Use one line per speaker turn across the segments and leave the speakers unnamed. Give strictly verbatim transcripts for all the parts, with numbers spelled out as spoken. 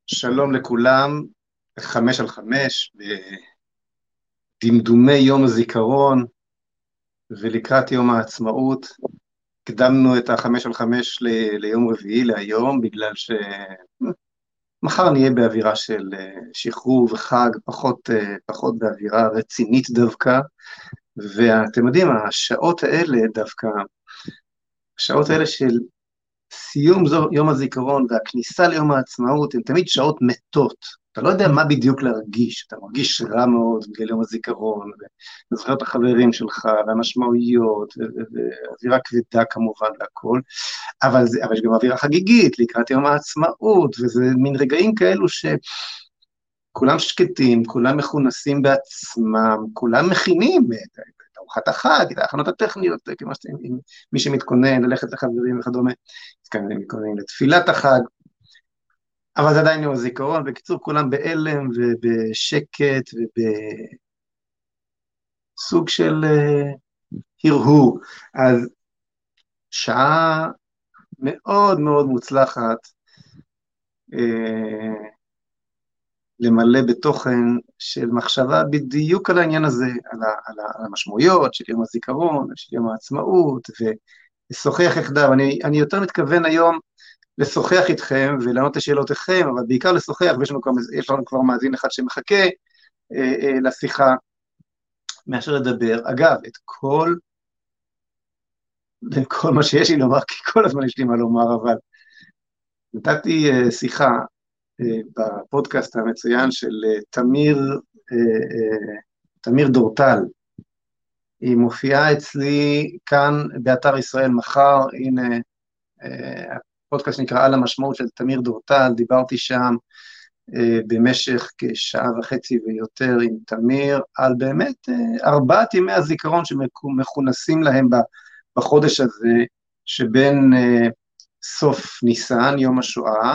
שלום לכולם, חמש על חמש, בדמדומי יום הזיכרון ולקראת יום העצמאות. הקדמנו את החמש על חמש ל- ליום רביעי להיום, בגלל שמחר נהיה באווירה של אה, שחרור וחג, פחות, אה, פחות באווירה רצינית דווקא. ואתם יודעים, השעות האלה דווקא, השעות האלה של סיום זו, יום הזיכרון והכניסה ליום העצמאות הן תמיד שעות מתות. אתה לא יודע מה בדיוק להרגיש, אתה מרגיש רע מאוד בגלל יום הזיכרון, וזוכר את החברים שלך, והמשמעויות, ו- ו- ואווירה כבדה כמובן והכל, אבל, זה, אבל יש גם אווירה חגיגית לקראת יום העצמאות, וזה מין רגעים כאלו שכולם שקטים, כולם מכונסים בעצמם, כולם מכינים את את ארוחת החג, את ההכנות הטכניות, כמו שאתם, מי שמתכונן ללכת לחברים וכדומה, אז כאן הם מתכוננים לתפילת החג, אבל זה עדיין יום הזיכרון. בקיצור, כולם בהלם ובשקט ובסוג של אה, הרהור. אז שעה מאוד מאוד מוצלחת אה, למלא בתוכן של מחשבה בדיוק על העניין הזה, על, ה, על, ה, על המשמעויות של יום הזיכרון, של יום העצמאות, ולשוחח יחדיו. אני, אני יותר מתכוון היום לשוחח איתכם ולענות לשאלותיכם, אבל בעיקר לשוחח, ויש לנו כבר, יש לנו כבר מאזין אחד שמחכה אה, אה, לשיחה, מאשר לדבר. אגב, את כל, את כל מה שיש לי לומר, כי כל הזמן יש לי מה לומר, אבל נתתי אה, שיחה אה, בפודקאסט המצוין של אה, תמיר, אה, אה, תמיר דורטל. היא מופיעה אצלי כאן באתר ישראל מחר. הנה, אה, הפודקאסט נקרא על המשמעות של תמיר דורטל, דיברתי שם אה, במשך כשעה וחצי ויותר עם תמיר, על באמת אה, ארבעת ימי הזיכרון שמכונסים להם ב- בחודש הזה, שבין אה, סוף ניסן, יום השואה,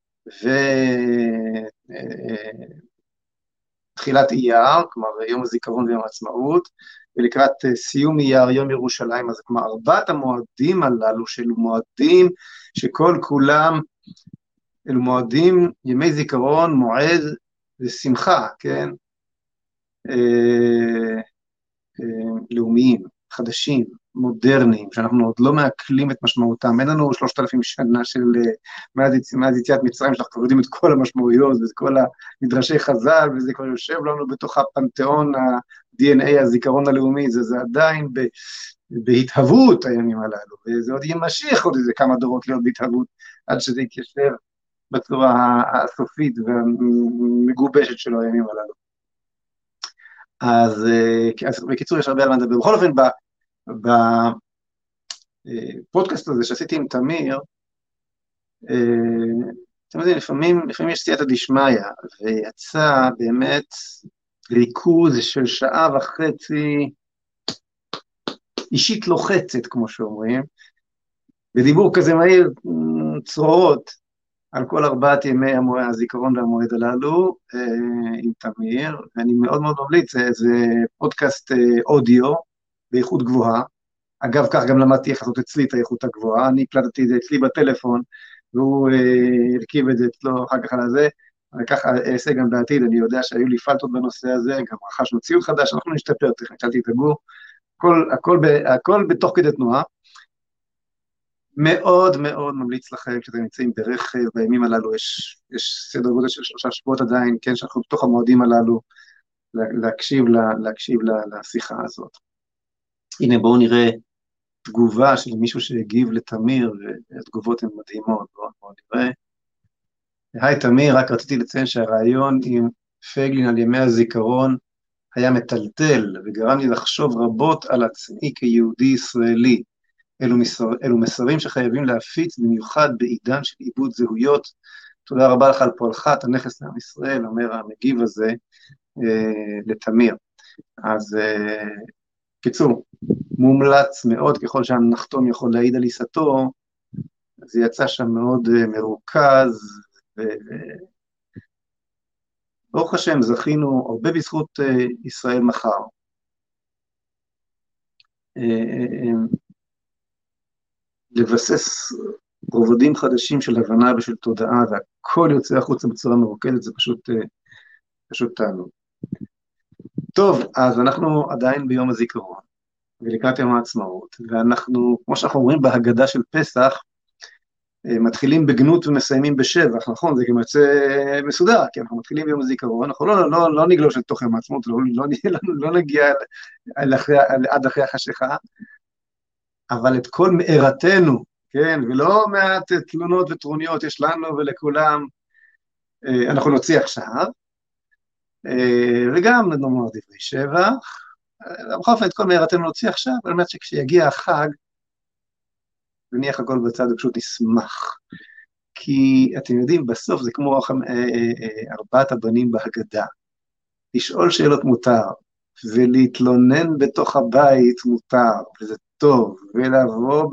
ותחילת אייר, כלומר יום הזיכרון ויום העצמאות, ולקראת אה, סיום אייר, יום ירושלים. אז כלומר, ארבעת המועדים הללו, שאלו מועדים שכל כולם, אלו מועדים, ימי זיכרון, מועד ושמחה, כן? אה, אה, לאומיים, חדשים, מודרניים, שאנחנו עוד לא מעכלים את משמעותם. אין לנו שלושת אלפים שנה של אה, מאז יצ- מאז יציאת מצרים, שאנחנו כבר יודעים את כל המשמעויות ואת כל המדרשי חז"ל, וזה כבר יושב לנו בתוך הפנתיאון, ה-די אן איי, הזיכרון הלאומי. זה, זה עדיין ב, בהתהוות הימים הללו, וזה עוד יימשך עוד איזה כמה דורות להיות בהתהוות, עד שזה יתיישב בצורה הסופית והמגובשת שלו הימים הללו. אז, אה, אז בקיצור, יש הרבה על מה לדבר. בכל אופן, בפודקאסט הזה שעשיתי עם תמיר, אה, אתם יודעים, לפעמים, לפעמים יש סייעתא דשמיא, ויצא באמת ריכוז של שעה וחצי, אישית לוחצת, כמו שאומרים, בדיבור כזה מהיר, מ, צרורות, על כל ארבעת ימי המועד, הזיכרון והמועד הללו, אה, עם תמיר, ואני מאוד מאוד ממליץ. זה, זה פודקאסט אה, אודיו באיכות גבוהה. אגב, כך גם למדתי איך לעשות אצלי את האיכות הגבוהה. אני הקלטתי את זה אצלי בטלפון, והוא אה, הרכיב את זה אצלו אחר כך על הזה, וככה אעשה גם בעתיד. אני יודע שהיו לי פלטות בנושא הזה, גם רכשנו ציוד חדש, אנחנו נשתפר, תכף שאלתי את הגור, הכל, הכל, ב, הכל בתוך כדי תנועה. מאוד מאוד ממליץ לכם, כשאתם נמצאים ברכב, בימים הללו יש, יש סדר גודל של שלושה שבועות עדיין, כן, שאנחנו בתוך המועדים הללו, לה- להקשיב, לה, להקשיב לה, לשיחה הזאת. הנה, בואו נראה תגובה של מישהו שהגיב לתמיר, והתגובות הן מדהימות. בואו בואו נראה. היי תמיר, רק רציתי לציין שהרעיון עם פייגלין על ימי הזיכרון היה מטלטל, וגרם לי לחשוב רבות על עצמי כיהודי ישראלי. אלו, מסר, אלו מסרים שחייבים להפיץ, במיוחד בעידן של עיבוד זהויות. תודה רבה לך על פועלך, אתה נכס לעם ישראל, אומר המגיב הזה אה, לתמיר. אז אה, קיצור, מומלץ מאוד, ככל שהנחתום יכול להעיד על עיסתו, זה יצא שם מאוד אה, מרוכז, וברוך השם, זכינו הרבה בזכות אה, ישראל מחר. אה, אה, אה, לבסס רובדים חדשים של הבנה ושל תודעה, והכל יוצא החוצה בצורה מרוכזת, זה פשוט, פשוט תענוג. טוב, אז אנחנו עדיין ביום הזיכרון, ולקראת יום העצמאות, ואנחנו, כמו שאנחנו אומרים בהגדה של פסח, מתחילים בגנות ומסיימים בשבח, נכון? זה גם יוצא מסודר, כי אנחנו מתחילים ביום הזיכרון, אנחנו לא, לא, לא נגלוש לתוך יום העצמאות, לא, לא, לא, לא נגיע עד אחרי, עד אחרי החשיכה, אבל את כל מארתנו, כן, ולא מעט תלונות וטרוניות יש לנו ולכולם, אנחנו נוציא עכשיו, וגם נאמר דברי שבח, בכל אופן את כל מארתנו נוציא עכשיו, על מנת שכשיגיע החג, וניח הכל בצד ופשוט נשמח. כי אתם יודעים, בסוף זה כמו ארבעת הבנים בהגדה. לשאול שאלות מותר, ולהתלונן בתוך הבית מותר, וזה טוב, ולבוא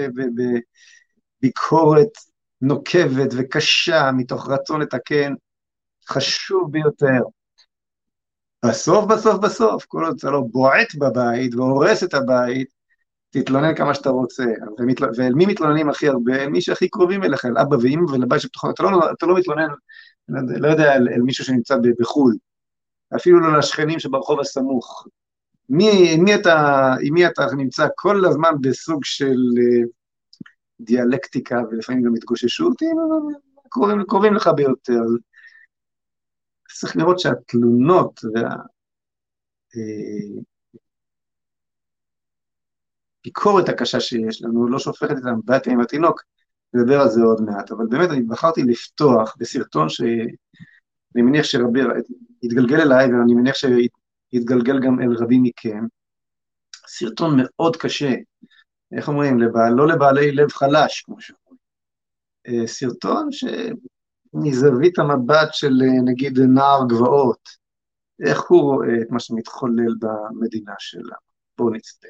בביקורת נוקבת וקשה, מתוך רצון לתקן, חשוב ביותר. בסוף, בסוף, בסוף, כל עוד אתה לא בועט בבית, והורס את הבית, תתלונן כמה שאתה רוצה, ואל מי מתלוננים הכי הרבה? מי שהכי קרובים אליך, אל אבא ואמא ולבית שבתוכו, אתה לא, אתה לא מתלונן, לא יודע, אל, אל מישהו שנמצא בחו"ל, אפילו לא לשכנים שברחוב הסמוך. מי, מי אתה, עם מי אתה נמצא כל הזמן בסוג של דיאלקטיקה, ולפעמים גם התגוששות, קרובים, קרובים לך ביותר. צריך לראות שהתלונות וה... ביקורת הקשה שיש לנו, לא שופכת את האמבטיה עם התינוק, נדבר על זה עוד מעט, אבל באמת אני בחרתי לפתוח בסרטון שאני מניח שרבי, יתגלגל אליי, ואני מניח שיתגלגל גם אל רבים מכם, סרטון מאוד קשה, איך אומרים, לבעל, לא לבעלי לב חלש, כמו שאומרים, סרטון שמזווית המבט של נגיד נער גבעות, איך הוא רואה את מה שמתחולל במדינה שלה, בואו נצפה.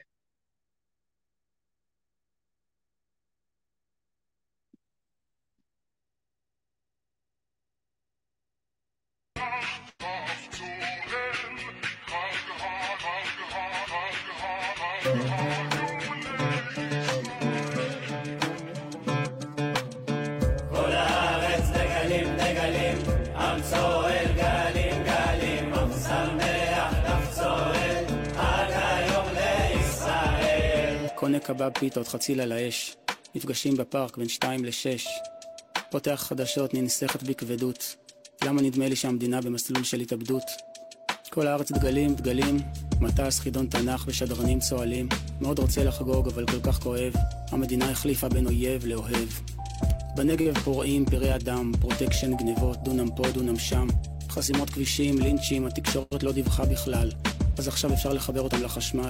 קונה קבב פיתות חצי לילה אש, נפגשים בפארק בין שתיים לשש, פותח חדשות ננסחת בכבדות, למה נדמה לי שהמדינה במסלול של התאבדות? כל הארץ דגלים, דגלים, מטס, חידון תנ"ך ושדרנים צועלים, מאוד רוצה לחגוג אבל כל כך כואב, המדינה החליפה בין אויב לאוהב. בנגב פורעים, פרי אדם, פרוטקשן, גניבות, דונם פה, דונם שם, חסימות כבישים, לינצ'ים, התקשורת לא דיווחה בכלל, אז עכשיו אפשר לחבר אותם לחשמל.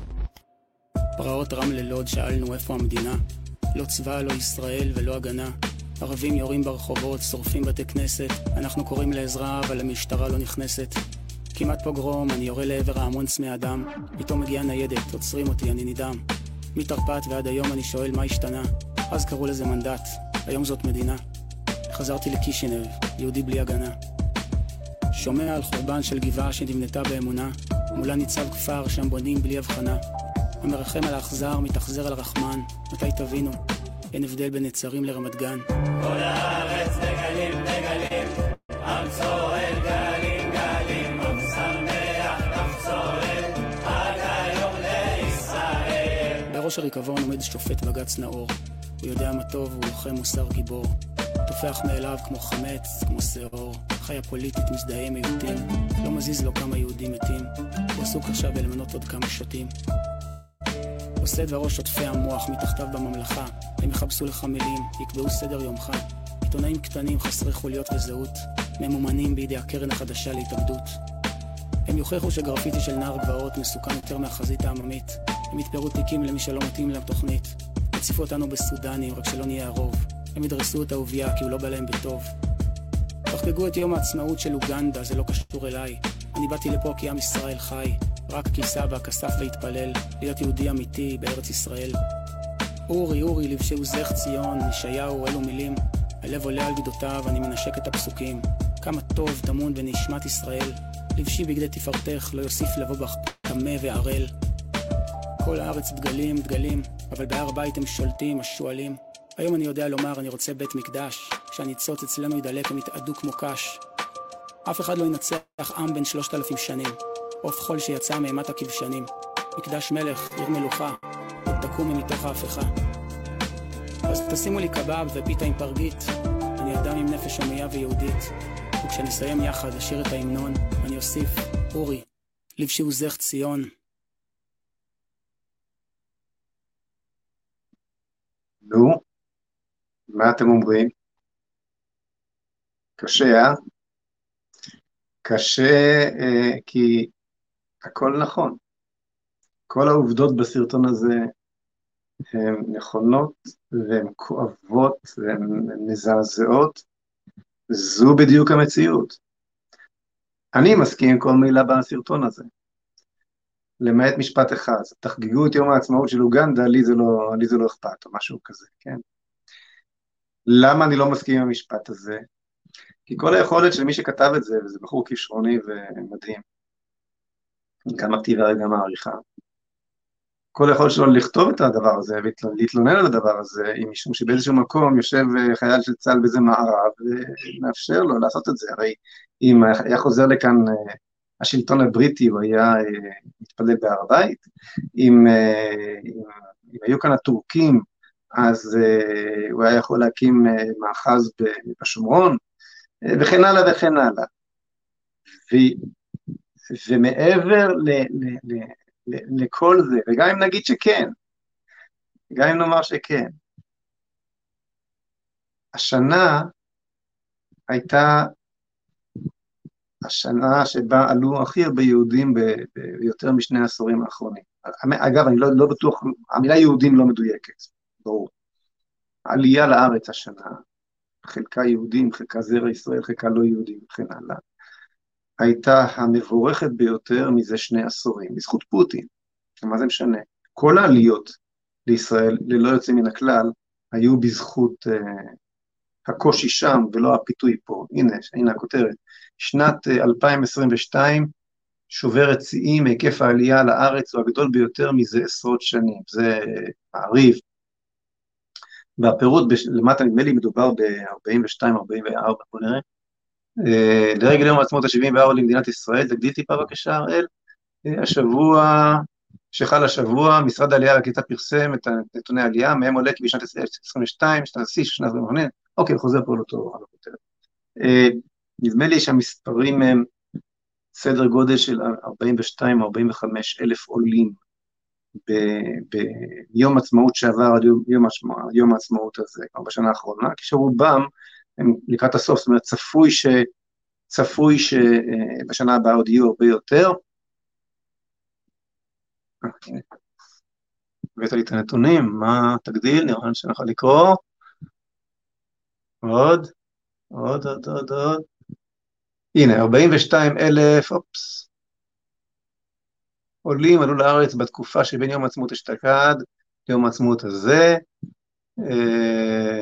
פרעות רמלה לוד, שאלנו איפה המדינה, לא צבא, לא ישראל ולא הגנה, ערבים יורים ברחובות, שורפים בתי כנסת, אנחנו קוראים לעזרה אבל המשטרה לא נכנסת, כמעט פוגרום, אני יורה לעבר ההמון צמא אדם, פתאום מגיעה ניידת, עוצרים אותי, אני נדם, מתרפ"ט ועד היום אני שואל מה השתנה, אז קראו לזה מנדט, היום זאת מדינה, חזרתי לקישינב, יהודי בלי הגנה, שומע על חורבן של גבעה שנבנתה באמונה, מולה ניצב כפר שם בונים בלי הבחנה, המרחם על האכזר, מתאכזר על הרחמן, מתי תבינו? אין הבדל בין נצרים לרמת גן. כל הארץ דגלים, דגלים, עם צועד גלים, גלים, עם שמח, עם צועד, עד היום לישראל. בראש הריקבון עומד שופט בג"ץ נאור, הוא יודע מה טוב, הוא לוחם מוסר גיבור, תופח מאליו כמו חמץ, כמו שעור, חיה פוליטית מזדהה מיעוטים, לא מזיז לו כמה יהודים מתים, הוא עסוק עכשיו בלמנות עוד כמה שוטים. עושה דברו שוטפי המוח מתחתיו בממלכה, הם יחפשו לך מילים, יקבעו סדר יומך, עיתונאים קטנים חסרי חוליות וזהות, ממומנים בידי הקרן החדשה להתאבדות. הם יוכיחו שגרפיטי של נער גבעות מסוכן יותר מהחזית העממית, הם יתפרו תיקים למי שלא מתאים להם תוכנית, יציפו אותנו בסודנים רק שלא נהיה הרוב, הם ידרסו את האהוביה כי הוא לא בא להם בטוב. תחגגו את יום העצמאות של אוגנדה, זה לא קשור אליי, אני באתי לפה כי עם ישראל חי, רק כי סבא כסף והתפלל, להיות יהודי אמיתי בארץ ישראל. אורי, אורי, לבשי עוזך ציון, ישעיהו, אלו מילים, הלב עולה על גדותיו, אני מנשק את הפסוקים. כמה טוב טמון בנשמת ישראל, לבשי בגדי תפארתך, לא יוסיף לבוא בך טמא וערל. כל הארץ דגלים, דגלים, אבל בהר הבית הם שולטים, השואלים, היום אני יודע לומר אני רוצה בית מקדש, כשהניצוץ אצלנו ידלק הם יתאדו כמו קש. אף אחד לא ינצח עם בין שלושת אלפים שנים, עוף חול שיצא מאימת הכבשנים, מקדש מלך, עיר מלוכה, עוד תקום מתוך ההפכה. אז תשימו לי קבב ופיתה עם פרגית, אני אדם עם נפש הומיה ויהודית, וכשנסיים יחד לשיר את ההמנון, אני אוסיף, אורי, לבשי עוזך ציון.
נו, מה אתם אומרים? קשה, אה? קשה, אה, כי הכל נכון. כל העובדות בסרטון הזה הן נכונות, והן כואבות, והן מזעזעות. זו בדיוק המציאות. אני מסכים עם כל מילה בסרטון הזה. למעט משפט אחד, תחגגו את יום העצמאות של אוגנדה, לי זה לא, לי זה לא אכפת, או משהו כזה, כן? למה אני לא מסכים עם המשפט הזה? כי כל היכולת של מי שכתב את זה, וזה בחור כישרוני ומדהים, גם הכתיבה וגם העריכה, כל היכולת שלו לכתוב את הדבר הזה, ולהתלונן על הדבר הזה, היא משום שבאיזשהו מקום יושב חייל של צה"ל באיזה מערב, ומאפשר לו לעשות את זה. הרי אם היה חוזר לכאן השלטון הבריטי, הוא היה מתפלל בהר הבית, אם, אם, אם היו כאן הטורקים, אז הוא היה יכול להקים מאחז בשומרון, וכן הלאה וכן הלאה. ו, ומעבר ל, ל, ל, ל, לכל זה, וגם אם נגיד שכן, גם אם נאמר שכן, השנה הייתה השנה שבה עלו הכי הרבה יהודים ביותר משני העשורים האחרונים. אגב, אני לא, לא בטוח, המילה יהודים לא מדויקת, ברור. העלייה לארץ השנה, חלקה יהודים, חלקה זרע ישראל, חלקה לא יהודים, וכן הלאה, הייתה המבורכת ביותר מזה שני עשורים, בזכות פוטין. מה זה משנה? כל העליות לישראל, ללא יוצא מן הכלל, היו בזכות uh, הקושי שם, ולא הפיתוי פה. הנה, הנה הכותרת. שנת uh, אלפיים עשרים ושתיים, שוברת שיאים, היקף העלייה לארץ הוא הגדול ביותר מזה עשרות שנים. זה מעריב. והפירוט למטה נדמה לי מדובר ב-ארבעים ושתיים ארבעים וארבע, בוא נראה. Uh, לרגל יום העצמאות ה-שבעים וארבע למדינת ישראל, תגדיל טיפה בבקשה, הראל. Uh, השבוע, שחל השבוע, משרד העלייה והקליטה פרסם את נתוני העלייה, מהם עולה כי בשנת עשרים ושתיים, שנת השיא, שנת עשרים ושמונה, אוקיי, חוזר פה לאותו על הכותרת. Uh, נדמה לי שהמספרים הם סדר גודל של ארבעים ושתיים ארבעים וחמש אלף עולים ביום עצמאות שעבר עד יום, יום, יום העצמאות הזה, כבר בשנה האחרונה, כשרובם הם לקראת הסוף, זאת אומרת, צפוי, ש, צפוי שבשנה הבאה עוד יהיו הרבה יותר. הבאת לי את הנתונים, מה תגדיל? נראה שאני יכול לקרוא. עוד, עוד, עוד, עוד, עוד. הנה, ארבעים ושתיים אלף, אופס. עולים עלו לארץ בתקופה שבין יום העצמאות אשתקד, יום העצמאות הזה. אה...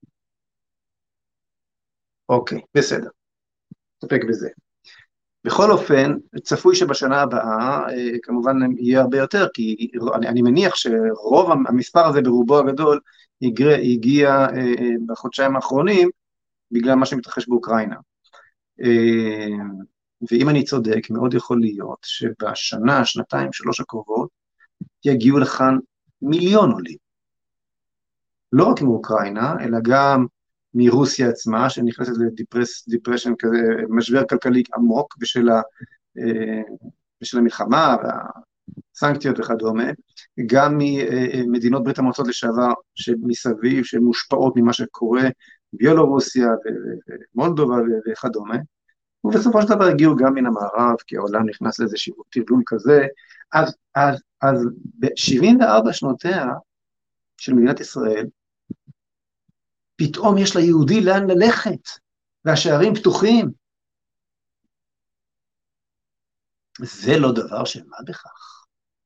אוקיי, בסדר. תספק בזה. בכל אופן, צפוי שבשנה הבאה, כמובן יהיה הרבה יותר, כי אני, אני מניח שרוב המספר הזה ברובו הגדול, הגיע, הגיע בחודשיים האחרונים, בגלל מה שמתרחש באוקראינה. ואם אני צודק, מאוד יכול להיות שבשנה, שנתיים, שלוש הקרובות, יגיעו לכאן מיליון עולים. לא רק מאוקראינה, אלא גם מרוסיה עצמה, שנכנסת לדיפרשן כזה, משבר כלכלי עמוק בשל, ה, בשל המלחמה והסנקציות וכדומה, גם ממדינות ברית המועצות לשעבר שמסביב, שמושפעות ממה שקורה, ביולורוסיה ומולדובה וכדומה, ובסופו של דבר הגיעו גם מן המערב, כי העולם נכנס לאיזשהו תרגול כזה, אז, אז, אז ב-שבעים וארבע שנותיה של מדינת ישראל, פתאום יש ליהודי לאן ללכת, והשערים פתוחים. זה לא דבר של מה בכך.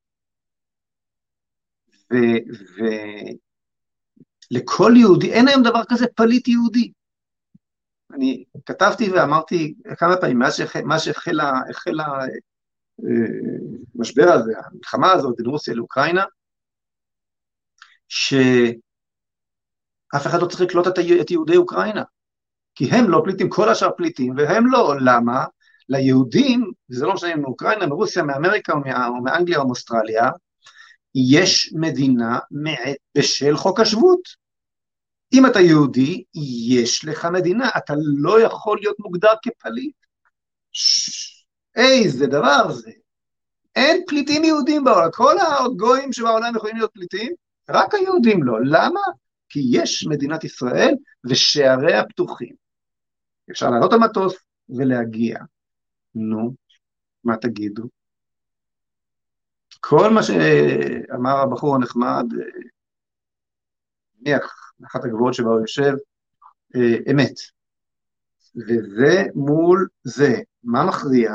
ולכל יהודי, אין היום דבר כזה פליט יהודי. אני כתבתי ואמרתי כמה פעמים, מאז שהחל המשבר הזה, המלחמה הזאת בין רוסיה לאוקראינה, ש... אף אחד לא צריך לקלוט את, ה- את יהודי אוקראינה, כי הם לא פליטים, כל השאר פליטים, והם לא. למה? ליהודים, וזה לא משנה מאוקראינה, מרוסיה, מאמריקה, או, מה, או מאנגליה או מאוסטרליה, יש מדינה מעט בשל חוק השבות. אם אתה יהודי, יש לך מדינה, אתה לא יכול להיות מוגדר כפליט. ש... איזה דבר זה. אין פליטים יהודים בעולם, כל הגויים שבעולם יכולים להיות פליטים, רק היהודים לא. למה? כי יש מדינת ישראל ושעריה פתוחים. אפשר לעלות המטוס ולהגיע. נו, מה תגידו? כל מה שאמר הבחור הנחמד, נניח, אחת הגבוהות שבה הוא יושב, אמת. וזה מול זה. מה מכריע?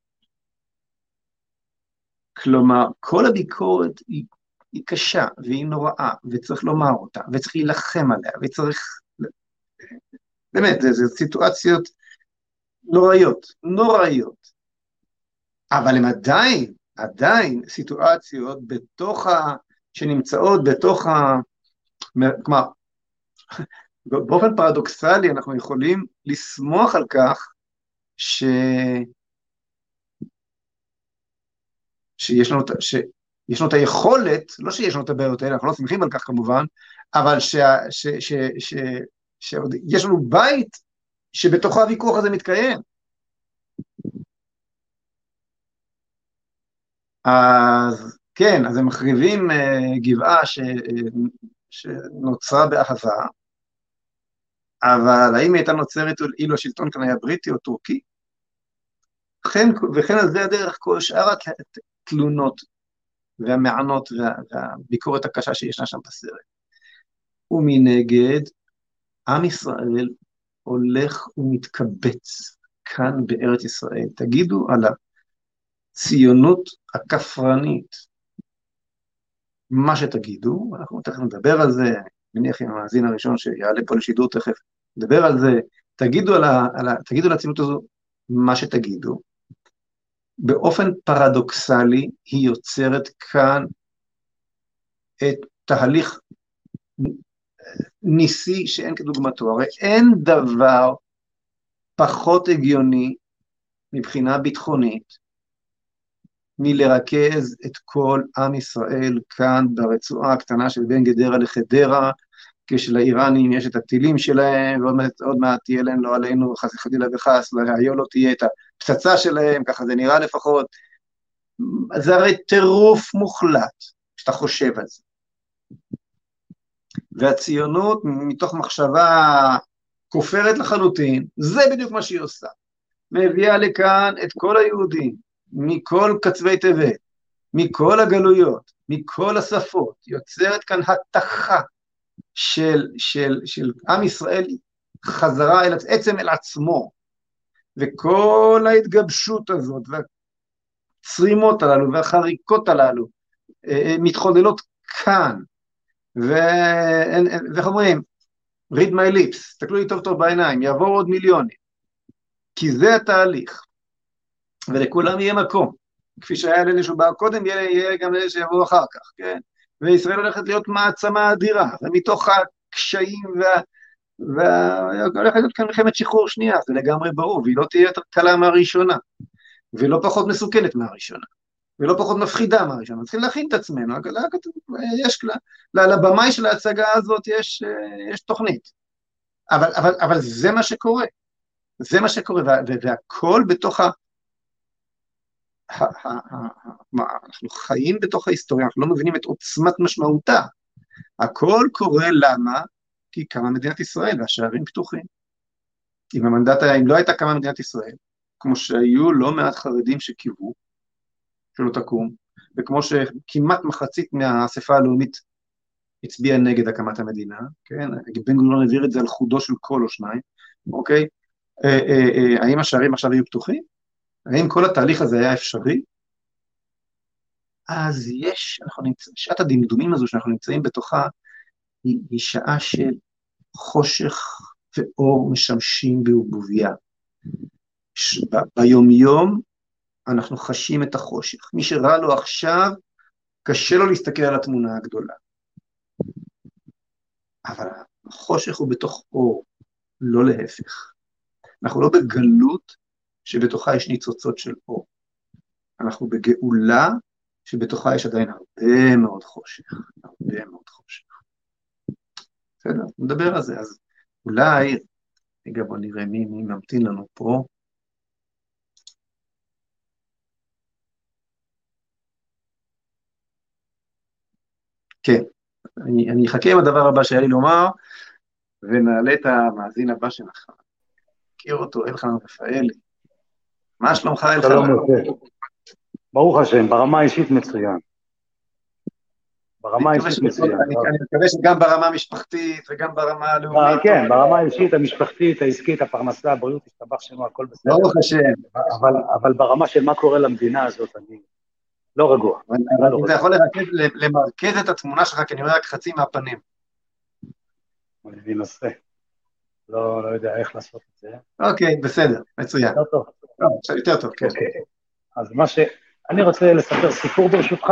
כלומר, כל הביקורת היא, היא קשה והיא נוראה, וצריך לומר אותה, וצריך להילחם עליה, וצריך... באמת, זה, זה סיטואציות נוראיות, נוראיות. אבל הן עדיין, עדיין סיטואציות בתוך ה... שנמצאות בתוך ה... כלומר, באופן פרדוקסלי אנחנו יכולים לסמוך על כך ש... שיש לנו, ש... יש לנו את היכולת, לא שיש לנו את הבעיות האלה, אנחנו לא שמחים על כך כמובן, אבל ש... ש... ש... ש... ש... יש לנו בית שבתוכו הוויכוח הזה מתקיים. אז כן, אז הם מחריבים uh, גבעה ש... שנוצרה באהבה, אבל האם הייתה נוצרת אילו השלטון כאן היה בריטי או טורקי? וכן, וכן על זה הדרך כל שאר התלונות והמענות וה, והביקורת הקשה שישנה שם בסרט. ומנגד, עם ישראל הולך ומתקבץ כאן בארץ ישראל. תגידו על הציונות הכפרנית, מה שתגידו, אנחנו תכף נדבר על זה, מניח עם המאזין הראשון שיעלה פה לשידור תכף, נדבר על זה, תגידו על, ה, על, ה, תגידו על הציונות הזו מה שתגידו, באופן פרדוקסלי היא יוצרת כאן את תהליך ניסי שאין כדוגמתו. הרי אין דבר פחות הגיוני מבחינה ביטחונית מלרכז את כל עם ישראל כאן ברצועה הקטנה של בין גדרה לחדרה, כשלאיראנים יש את הטילים שלהם, ועוד מעט, עוד מעט תהיה להם, לא עלינו, חס וחלילה וחס, היה לא תהיה את הפצצה שלהם, ככה זה נראה לפחות. זה הרי טירוף מוחלט, שאתה חושב על זה. והציונות, מתוך מחשבה כופרת לחלוטין, זה בדיוק מה שהיא עושה. מביאה לכאן את כל היהודים, מכל קצווי תבל, מכל הגלויות, מכל השפות, יוצרת כאן התחה של, של, של עם ישראל חזרה אל עצם אל עצמו, וכל ההתגבשות הזאת, והצרימות הללו, והחריקות הללו, מתחוללות כאן, ואיך אומרים, read my lips, תסתכלו לי טוב טוב בעיניים, יעבור עוד מיליונים, כי זה התהליך, ולכולם יהיה מקום, כפי שהיה לאלה שבא קודם, יהיה, יהיה גם לאלה שיבואו אחר כך, כן? וישראל הולכת להיות מעצמה אדירה, ומתוך הקשיים, וה, וה, הולכת להיות כאן מלחמת שחרור שנייה, זה לגמרי ברור, והיא לא תהיה יותר קלה מהראשונה, ולא פחות מסוכנת מהראשונה, ולא פחות מפחידה מהראשונה, צריכים להכין את עצמנו, יש, לבמאי של ההצגה הזאת יש, יש תוכנית, אבל, אבל, אבל זה מה שקורה, זה מה שקורה, והכל בתוך ה... אנחנו חיים בתוך ההיסטוריה, אנחנו לא מבינים את עוצמת משמעותה, הכל קורה למה? כי קמה מדינת ישראל והשערים פתוחים, אם המנדט היה, אם לא הייתה קמה מדינת ישראל, כמו שהיו לא מעט חרדים שקיוו, שלא תקום, וכמו שכמעט מחצית מהאספה הלאומית הצביעה נגד הקמת המדינה, כן, בן גוריון העביר את זה על חודו של כל או שניים, אוקיי, האם השערים עכשיו יהיו פתוחים? האם כל התהליך הזה היה אפשרי? אז יש, אנחנו נמצא, שעת הדמדומים הזו שאנחנו נמצאים בתוכה, היא, היא שעה של חושך ואור משמשים בעובוביה. ב- ביומיום אנחנו חשים את החושך. מי שראה לו עכשיו, קשה לו להסתכל על התמונה הגדולה. אבל חושך הוא בתוך אור, לא להפך. אנחנו לא בגלות שבתוכה יש ניצוצות של אור. אנחנו בגאולה שבתוכה יש עדיין הרבה מאוד חושך, הרבה מאוד חושך. בסדר, נדבר על זה, אז אולי, רגע בוא נראה מי, מי ממתין לנו פה. כן, אני, אני אחכה עם הדבר הבא שהיה לי לומר, ונעלה את המאזין הבא שלך. מכיר אותו, אלחנן רפאלי. מה שלומך אלחנן?
שלום משה. ברוך השם, ברמה האישית מצוין. ברמה האישית מצוין.
אני מקווה שגם ברמה המשפחתית וגם ברמה הלאומית.
כן, ברמה האישית, המשפחתית, העסקית, הפרנסה, הבריאות, השתבח שמו, הכל בסדר.
ברוך השם.
אבל ברמה של מה קורה למדינה הזאת, אני לא רגוע.
אבל אם אתה יכול למרכז את התמונה שלך, כי אני רואה רק חצי מהפנים.
אני אנסה. לא יודע איך לעשות את זה.
אוקיי, בסדר, מצוין.
יותר טוב.
יותר טוב, כן.
אז מה ש... אני רוצה לספר סיפור ברשותך.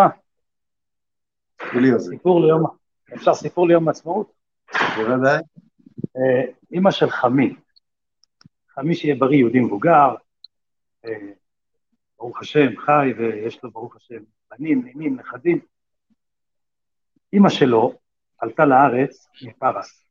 סיפור ליום... אפשר סיפור ליום העצמאות?
בוודאי.
אמא של חמי, חמי שיהיה בריא, יהודי מבוגר, ברוך השם, חי, ויש לו ברוך השם בנים, נינים, נכדים. אמא שלו עלתה לארץ מפרס.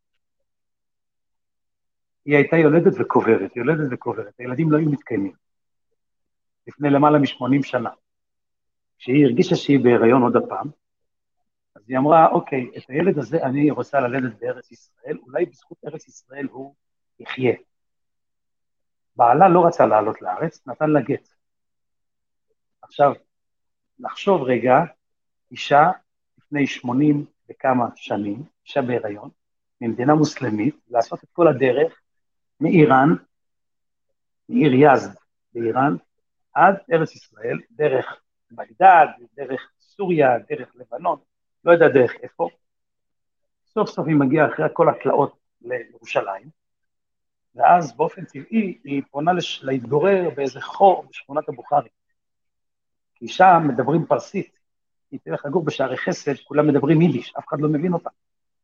היא הייתה יולדת וקוברת, יולדת וקוברת, הילדים לא היו מתקיימים. לפני למעלה משמונים שנה. כשהיא הרגישה שהיא בהיריון עוד הפעם, אז היא אמרה, אוקיי, את הילד הזה אני רוצה ללדת בארץ ישראל, אולי בזכות ארץ ישראל הוא יחיה. בעלה לא רצה לעלות לארץ, נתן לה גט. עכשיו, לחשוב רגע, אישה לפני שמונים וכמה שנים, אישה בהיריון, ממדינה מוסלמית, לעשות את כל הדרך מאיראן, מעיר יזד באיראן, עד ארץ ישראל, דרך בגדד, דרך סוריה, דרך לבנון, לא יודע דרך איפה. סוף סוף היא מגיעה אחרי כל התלאות לירושלים, ואז באופן טבעי היא פונה לש... להתגורר באיזה חור בשכונת הבוכרי. כי שם מדברים פרסית, היא תלך לגור בשערי חסד, כולם מדברים יידיש, אף אחד לא מבין אותה.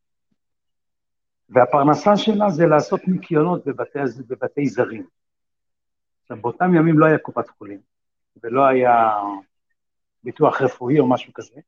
והפרנסה שלה זה לעשות ניקיונות בבתי, בבתי זרים. עכשיו, באותם ימים לא היה קופת חולים, ולא היה ביטוח רפואי או משהו כזה,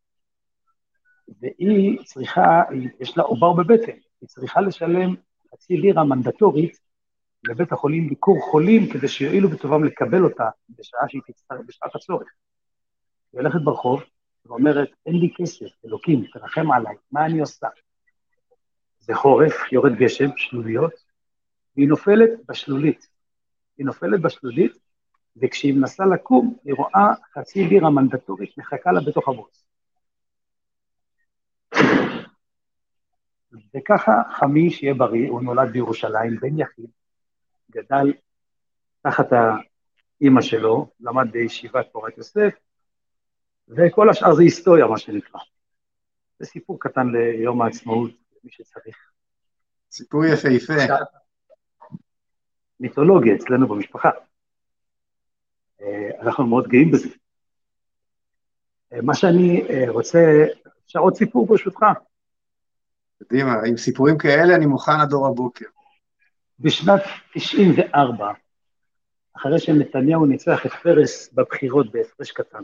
והיא צריכה, יש לה עובר בבטן, היא צריכה לשלם חצי לירה מנדטורית לבית החולים ביקור חולים, כדי שיועילו בטובם לקבל אותה בשעה שהיא תצטרך, בשעת הצורך. היא הולכת ברחוב, ואומרת, אין לי כסף, אלוקים, תרחם עליי, מה אני עושה? זה חורף, יורד גשם, שלוליות, והיא נופלת בשלולית. היא נופלת בשלולית, וכשהיא מנסה לקום, היא רואה חצי לירה מנדטורית מחכה לה בתוך הבוץ. וככה חמי שיהיה בריא, הוא נולד בירושלים, בן יחיד, גדל תחת האמא שלו, למד בישיבת פורת יוסף, וכל השאר זה היסטוריה, מה שנקרא. זה סיפור קטן ליום העצמאות, למי שצריך.
סיפור יפהפה.
מיתולוגיה אצלנו במשפחה. אנחנו מאוד גאים בזה. מה שאני רוצה, אפשר עוד סיפור ברשותך?
קדימה, עם סיפורים כאלה אני מוכן עד אור הבוקר.
בשנת תשעים וארבע, אחרי שנתניהו ניצח את פרס בבחירות בהפרש קטן,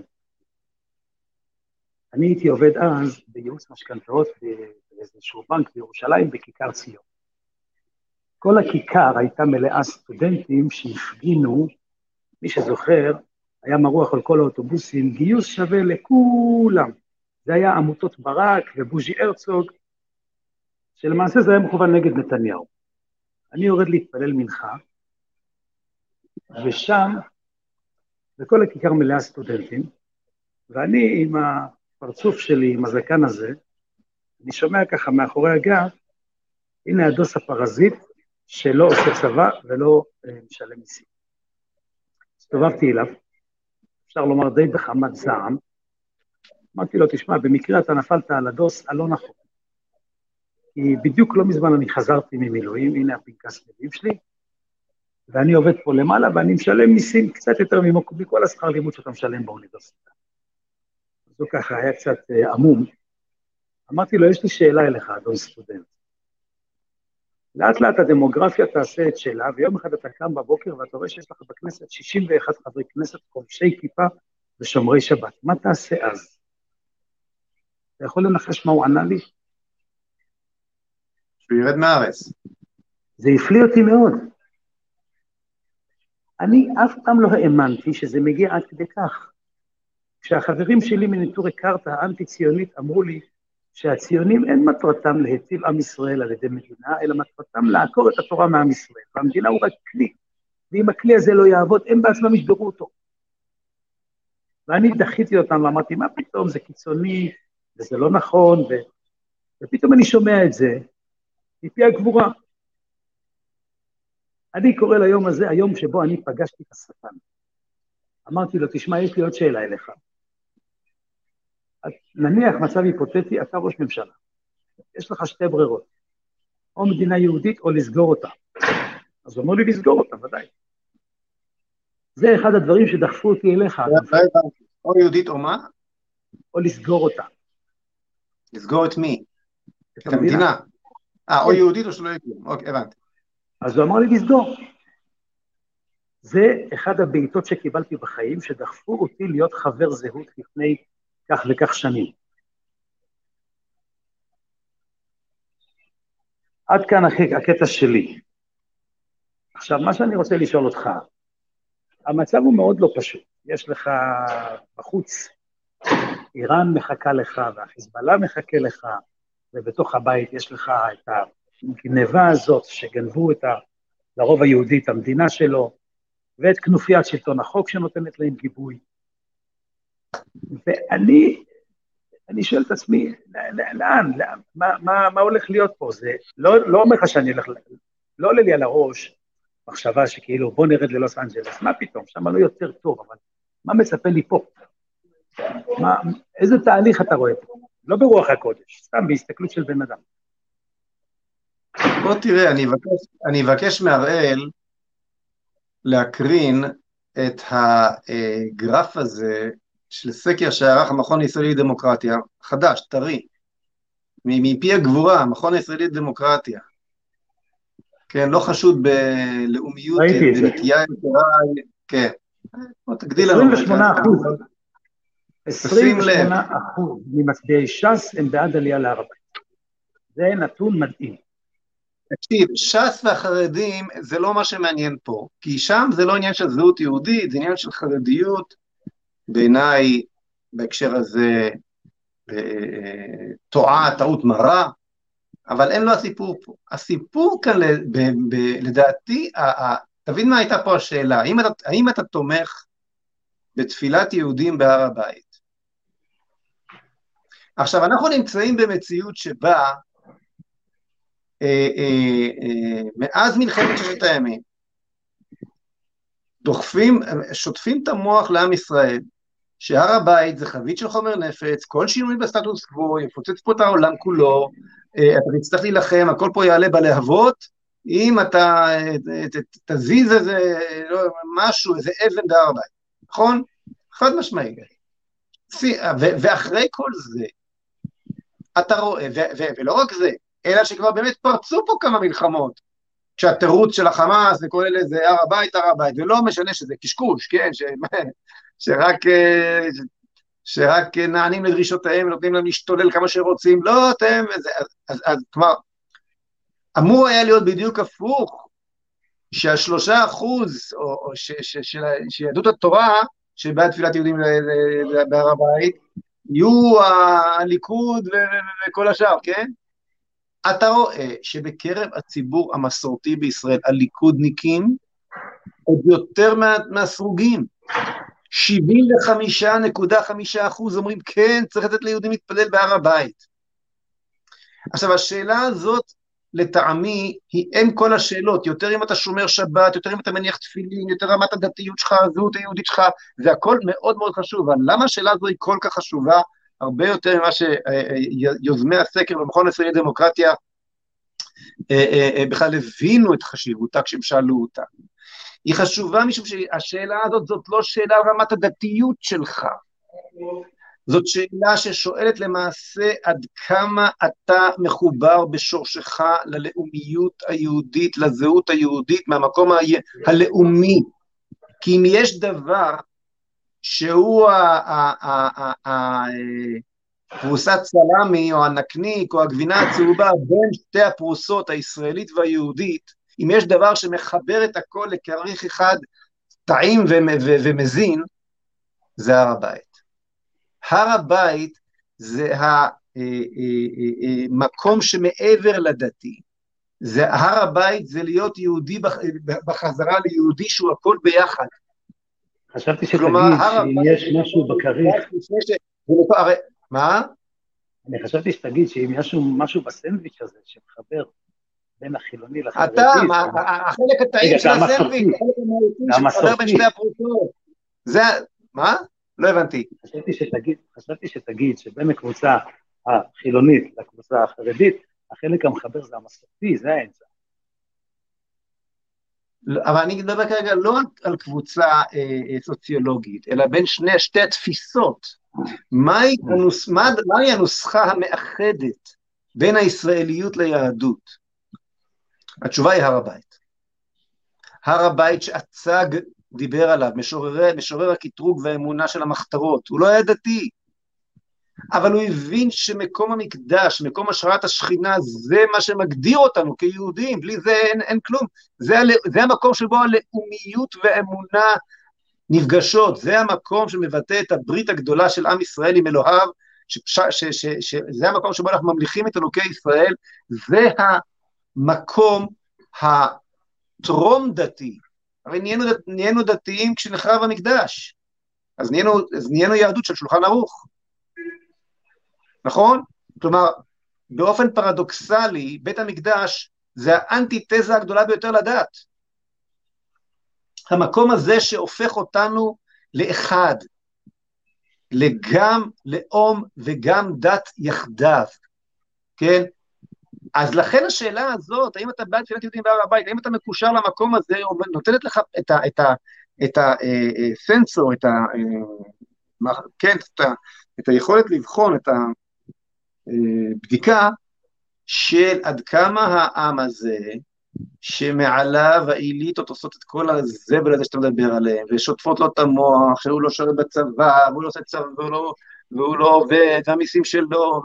אני הייתי עובד אז בייעוץ משכנתאות באיזשהו בנק בירושלים בכיכר ציון. כל הכיכר הייתה מלאה סטודנטים שהפגינו, מי שזוכר, היה מרוח על כל האוטובוסים, גיוס שווה לכולם. זה היה עמותות ברק ובוז'י הרצוג, שלמעשה זה היה מכוון נגד נתניהו. אני יורד להתפלל מנחה, ושם, בכל הכיכר מלאה סטודנטים, ואני עם הפרצוף שלי, עם הזקן הזה, אני שומע ככה מאחורי הגב, הנה הדוס הפרזיט, שלא עושה צבא ולא משלם מיסים. הסתובבתי אליו, אפשר לומר די בחמת זעם, אמרתי לו, תשמע, במקרה אתה נפלת על הדוס הלא נכון. כי בדיוק לא מזמן אני חזרתי ממילואים, הנה הפנקס מילואים שלי, ואני עובד פה למעלה, ואני משלם מיסים קצת יותר מכל השכר לימוד שאתה משלם באוניברסיטה. אז הוא ככה היה קצת עמום. אמרתי לו, יש לי שאלה אליך, אדון סטודנט. לאט לאט הדמוגרפיה תעשה את שלה, ויום אחד אתה קם בבוקר ואתה רואה שיש לך בכנסת שישים ואחד חברי כנסת חובשי כיפה ושומרי שבת. מה תעשה אז? אתה יכול לנחש מה הוא ענה לי?
שהוא ירד מהארץ.
זה הפליא אותי מאוד. אני אף פעם לא האמנתי שזה מגיע עד כדי כך. כשהחברים שלי מניטורי קרתא האנטי-ציונית אמרו לי שהציונים אין מטרתם להציל עם ישראל על ידי מדינה, אלא מטרתם לעקור את התורה מעם ישראל, והמדינה הוא רק כלי, ואם הכלי הזה לא יעבוד, הם בעצמם ישברו אותו. ואני דחיתי אותם ואמרתי, מה פתאום, זה קיצוני, וזה לא נכון, ו... ופתאום אני שומע את זה, מפי הגבורה. אני קורא ליום הזה, היום שבו אני פגשתי את השטן. אמרתי לו, תשמע, יש לי עוד שאלה אליך. נניח מצב היפותטי, אתה ראש ממשלה. יש לך שתי ברירות. או מדינה יהודית או לסגור אותה. אז הוא אומר לי לסגור אותה, ודאי. זה אחד הדברים שדחפו אותי אליך.
או יהודית או מה?
או לסגור אותה.
לסגור את מי? את המדינה. אה, או יהודית או שלא יהיה כלום. אוקיי, הבנתי.
אז הוא אמר לי לסגור. זה אחד הבעיטות שקיבלתי בחיים, שדחפו אותי להיות חבר זהות לפני כך וכך שנים. עד כאן הקטע שלי. עכשיו, מה שאני רוצה לשאול אותך, המצב הוא מאוד לא פשוט. יש לך בחוץ, איראן מחכה לך, והחיזבאללה מחכה לך, ובתוך הבית יש לך את הגנבה הזאת, שגנבו את ה, לרוב היהודי את המדינה שלו, ואת כנופיית שלטון החוק שנותנת להם גיבוי. ואני, אני שואל את עצמי, לאן, לאן, מה, מה, מה הולך להיות פה? זה לא, לא אומר לך שאני הולך, לא עולה לי על הראש, מחשבה שכאילו בוא נרד ללוס אנג'לס, מה פתאום, שם לא יותר טוב, אבל מה מצפה לי פה? מה, איזה תהליך אתה רואה פה? לא ברוח הקודש, סתם בהסתכלות של בן אדם.
בוא תראה, אני אבקש, אני אבקש מהראל להקרין את הגרף הזה של סקר שערך המכון הישראלי לדמוקרטיה, חדש, טרי, מפי הגבורה, המכון הישראלי לדמוקרטיה. כן, לא חשוד בלאומיות, בנטייה יתרה, כן. בוא תגדיל לנו.
עשרים ושמונה אחוז. עשרים ושמונה אחוז ממצביעי ש"ס הם בעד עלייה להר הבית. זה נתון מדהים.
תקשיב, ש"ס והחרדים זה לא מה שמעניין פה, כי שם זה לא עניין של זהות יהודית, זה עניין של חרדיות, בעיניי בהקשר הזה טועה, טעות מרה, אבל אין לו הסיפור פה. הסיפור כאן לדעתי, תבין מה הייתה פה השאלה, האם אתה, האם אתה תומך בתפילת יהודים בהר הבית? עכשיו, אנחנו נמצאים במציאות שבה, אה, אה, אה, מאז מלחמת ששת הימים, דוחפים, שוטפים את המוח לעם ישראל, שהר הבית זה חבית של חומר נפץ, כל שינוי בסטטוס קוו, יפוצץ פה את העולם כולו, אה, אתה תצטרך להילחם, הכל פה יעלה בלהבות, אם אתה ת, ת, תזיז איזה לא, משהו, איזה אבן בהר הבית, נכון? חד משמעי. ואחרי כל זה, אתה רואה, ו- ו- ולא רק זה, אלא שכבר באמת פרצו פה כמה מלחמות, כשהתירוץ של החמאס וכל אלה זה הר הבית, הר הבית, ולא משנה שזה קשקוש, כן, ש- שרק, ש- שרק נענים לדרישותיהם, נותנים להם להשתולל כמה שרוצים, לא, אתם, אז, אז, אז, אז כלומר, אמור היה להיות בדיוק הפוך, שהשלושה אחוז, או, או ש, ש, ש, שיהדות התורה, שבעד תפילת יהודים בהר הבית, יהיו הליכוד וכל השאר, כן? אתה רואה שבקרב הציבור המסורתי בישראל, הליכודניקים, עוד יותר מה, מהסרוגים, שבעים וחמישה נקודה חמישה אחוז אומרים, כן, צריך לתת ליהודים להתפלל בהר הבית. עכשיו, השאלה הזאת, לטעמי, היא אין כל השאלות, יותר אם אתה שומר שבת, יותר אם אתה מניח תפילין, יותר רמת הדתיות שלך, הזהות היהודית שלך, זה הכל מאוד מאוד חשוב, אבל למה השאלה הזו היא כל כך חשובה, הרבה יותר ממה שיוזמי הסקר במכון הישראלי לדמוקרטיה, בכלל הבינו את חשיבותה כשהם שאלו אותה. היא חשובה משום שהשאלה הזאת, זאת לא שאלה על רמת הדתיות שלך, זאת שאלה ששואלת למעשה עד כמה אתה מחובר בשורשך ללאומיות היהודית, לזהות היהודית, מהמקום ה- הלאומי. כי אם יש דבר שהוא פרוסת סלמי או הנקניק או הגבינה הצהובה בין שתי הפרוסות הישראלית והיהודית, אם יש דבר שמחבר את הכל לכריך אחד טעים ומזין, זה הר הבית. הר הבית זה המקום שמעבר לדתי, זה הר הבית, זה להיות יהודי בחזרה ליהודי שהוא הכל ביחד.
חשבתי שתגיד שאם יש משהו בכריך,
מה?
אני חשבתי שתגיד שאם יש משהו בסנדוויץ' הזה שמחבר בין החילוני לחרדי,
אתה, החלק הטעים של הסנדוויץ', החלק המהותי שמחבר בין שתי הפרוסות, זה, מה? לא הבנתי.
חשבתי שתגיד, חשבתי שתגיד שבין הקבוצה החילונית לקבוצה החרדית, החלק המחבר זה המסורתי, זה האמצע.
אבל אני מדבר כרגע לא על קבוצה אה, סוציולוגית, אלא בין שני, שתי התפיסות. מהי הנוס, מה, מהי הנוסחה המאחדת בין הישראליות ליהדות? התשובה היא הר הבית. הר הבית שהצג דיבר עליו, משורר, משורר הקטרוג והאמונה של המחתרות, הוא לא היה דתי, אבל הוא הבין שמקום המקדש, מקום השראת השכינה, זה מה שמגדיר אותנו כיהודים, בלי זה אין, אין כלום, זה, זה המקום שבו הלאומיות והאמונה נפגשות, זה המקום שמבטא את הברית הגדולה של עם ישראל עם אלוהיו, ש, ש, ש, ש, זה המקום שבו אנחנו ממליכים את אלוקי ישראל, זה המקום הטרום דתי, הרי נהיינו, נהיינו דתיים כשנחרב המקדש, אז נהיינו, אז נהיינו יהדות של שולחן ערוך, נכון? כלומר, באופן פרדוקסלי, בית המקדש זה האנטיתזה הגדולה ביותר לדת. המקום הזה שהופך אותנו לאחד, לגם לאום וגם דת יחדיו, כן? אז לכן השאלה הזאת, האם אתה בעד תפילת יהודים בהר הבית, האם אתה מקושר למקום הזה, נותנת לך את ה, את ה, את הסנסור, את ה, כן, את ה, את היכולת לבחון, את הבדיקה של עד כמה העם הזה, שמעליו האליטות עושות את כל הזבל הזה שאתה מדבר עליהם, ושוטפות לו את המוח, שהוא לא שרת בצבא, והוא לא עושה צבא, והוא לא, והוא לא עובד, והמיסים שלו,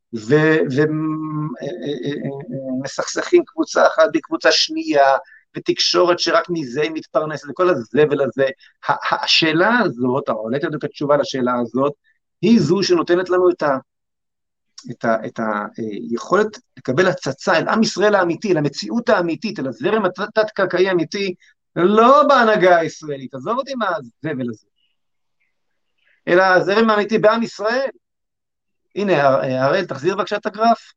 ומסכסכים קבוצה אחת בקבוצה שנייה, ותקשורת שרק מזה היא מתפרנסת, וכל הזבל הזה. השאלה הזאת, או עולת את התשובה לשאלה הזאת, היא זו שנותנת לנו את ה... את, ה, את היכולת לקבל הצצה אל עם ישראל האמיתי, אל המציאות האמיתית, אל הזרם התת-קרקעי האמיתי, לא בהנהגה הישראלית, עזוב אותי מהזבל הזה, אלא הזרם האמיתי בעם ישראל. הנה, הראל, תחזיר בבקשה את הגרף.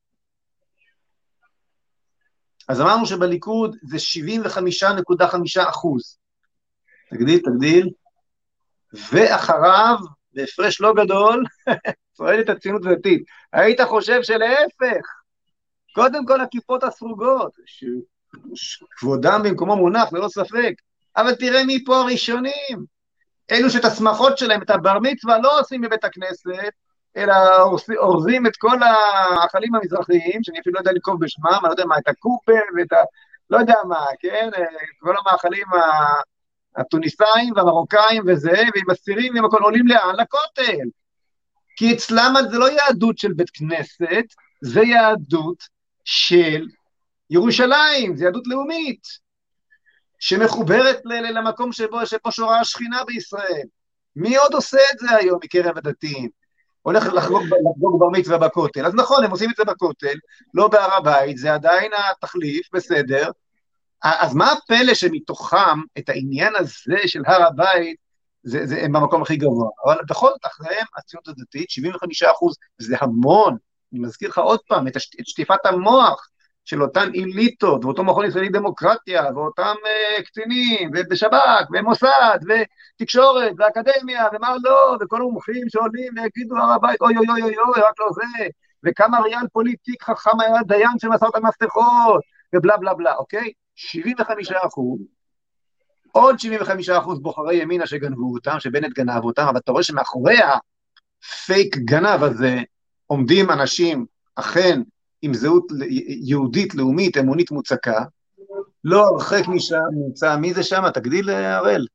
אז אמרנו שבליכוד זה שבעים וחמישה נקודה חמישה אחוז. תגדיל, תגדיל. ואחריו, בהפרש לא גדול, שואל את הציונות הדתית, היית חושב שלהפך, קודם כל הכיפות הסרוגות, כבודם במקומו מונח, ללא ספק, אבל תראה מי פה הראשונים, אלו שאת השמחות שלהם, את הבר מצווה לא עושים בבית הכנסת, אלא אורזים את כל האכלים המזרחיים, שאני אפילו לא יודע לקרוא בשמם, אני לא יודע מה, את הקופה ואת ה... לא יודע מה, כן, כל המאכלים הטוניסאים והמרוקאים וזה, ועם הסירים ועם הכל עולים לאן? לכותל. כי אצלם זה לא יהדות של בית כנסת, זה יהדות של ירושלים, זה יהדות לאומית, שמחוברת למקום שבו, שבו שורה השכינה בישראל. מי עוד עושה את זה היום מקרב הדתיים? הולך לחגוג, לחגוג בר מצווה בכותל. אז נכון, הם עושים את זה בכותל, לא בהר הבית, זה עדיין התחליף, בסדר. אז מה הפלא שמתוכם את העניין הזה של הר הבית, זה, זה, הם במקום הכי גבוה, אבל בכל זאת אחריהם הציונות הדתית, שבעים וחמישה אחוז, זה המון, אני מזכיר לך עוד פעם, את, השט, את שטיפת המוח של אותן איליטות, ואותו מכון ישראלי דמוקרטיה, ואותם uh, קצינים, ובשב"כ, ומוסד, ותקשורת, ואקדמיה, ומה לא, וכל המומחים שעולים ויגידו הר הבית, אוי אוי אוי אוי אוי, רק לא זה, וכמה ריאל פוליטיק חכם היה דיין שמסר את המפתחות, ובלה בלה בלה, אוקיי? שבעים וחמישה אחוז, עוד שבעים וחמישה אחוז בוחרי ימינה שגנבו אותם, שבנט גנב אותם, אבל אתה רואה שמאחורי הפייק גנב הזה, עומדים אנשים, אכן, עם זהות יהודית, לאומית, אמונית מוצקה, לא הרחק משם, נמצא, מי זה שם? תגדיל, הראל.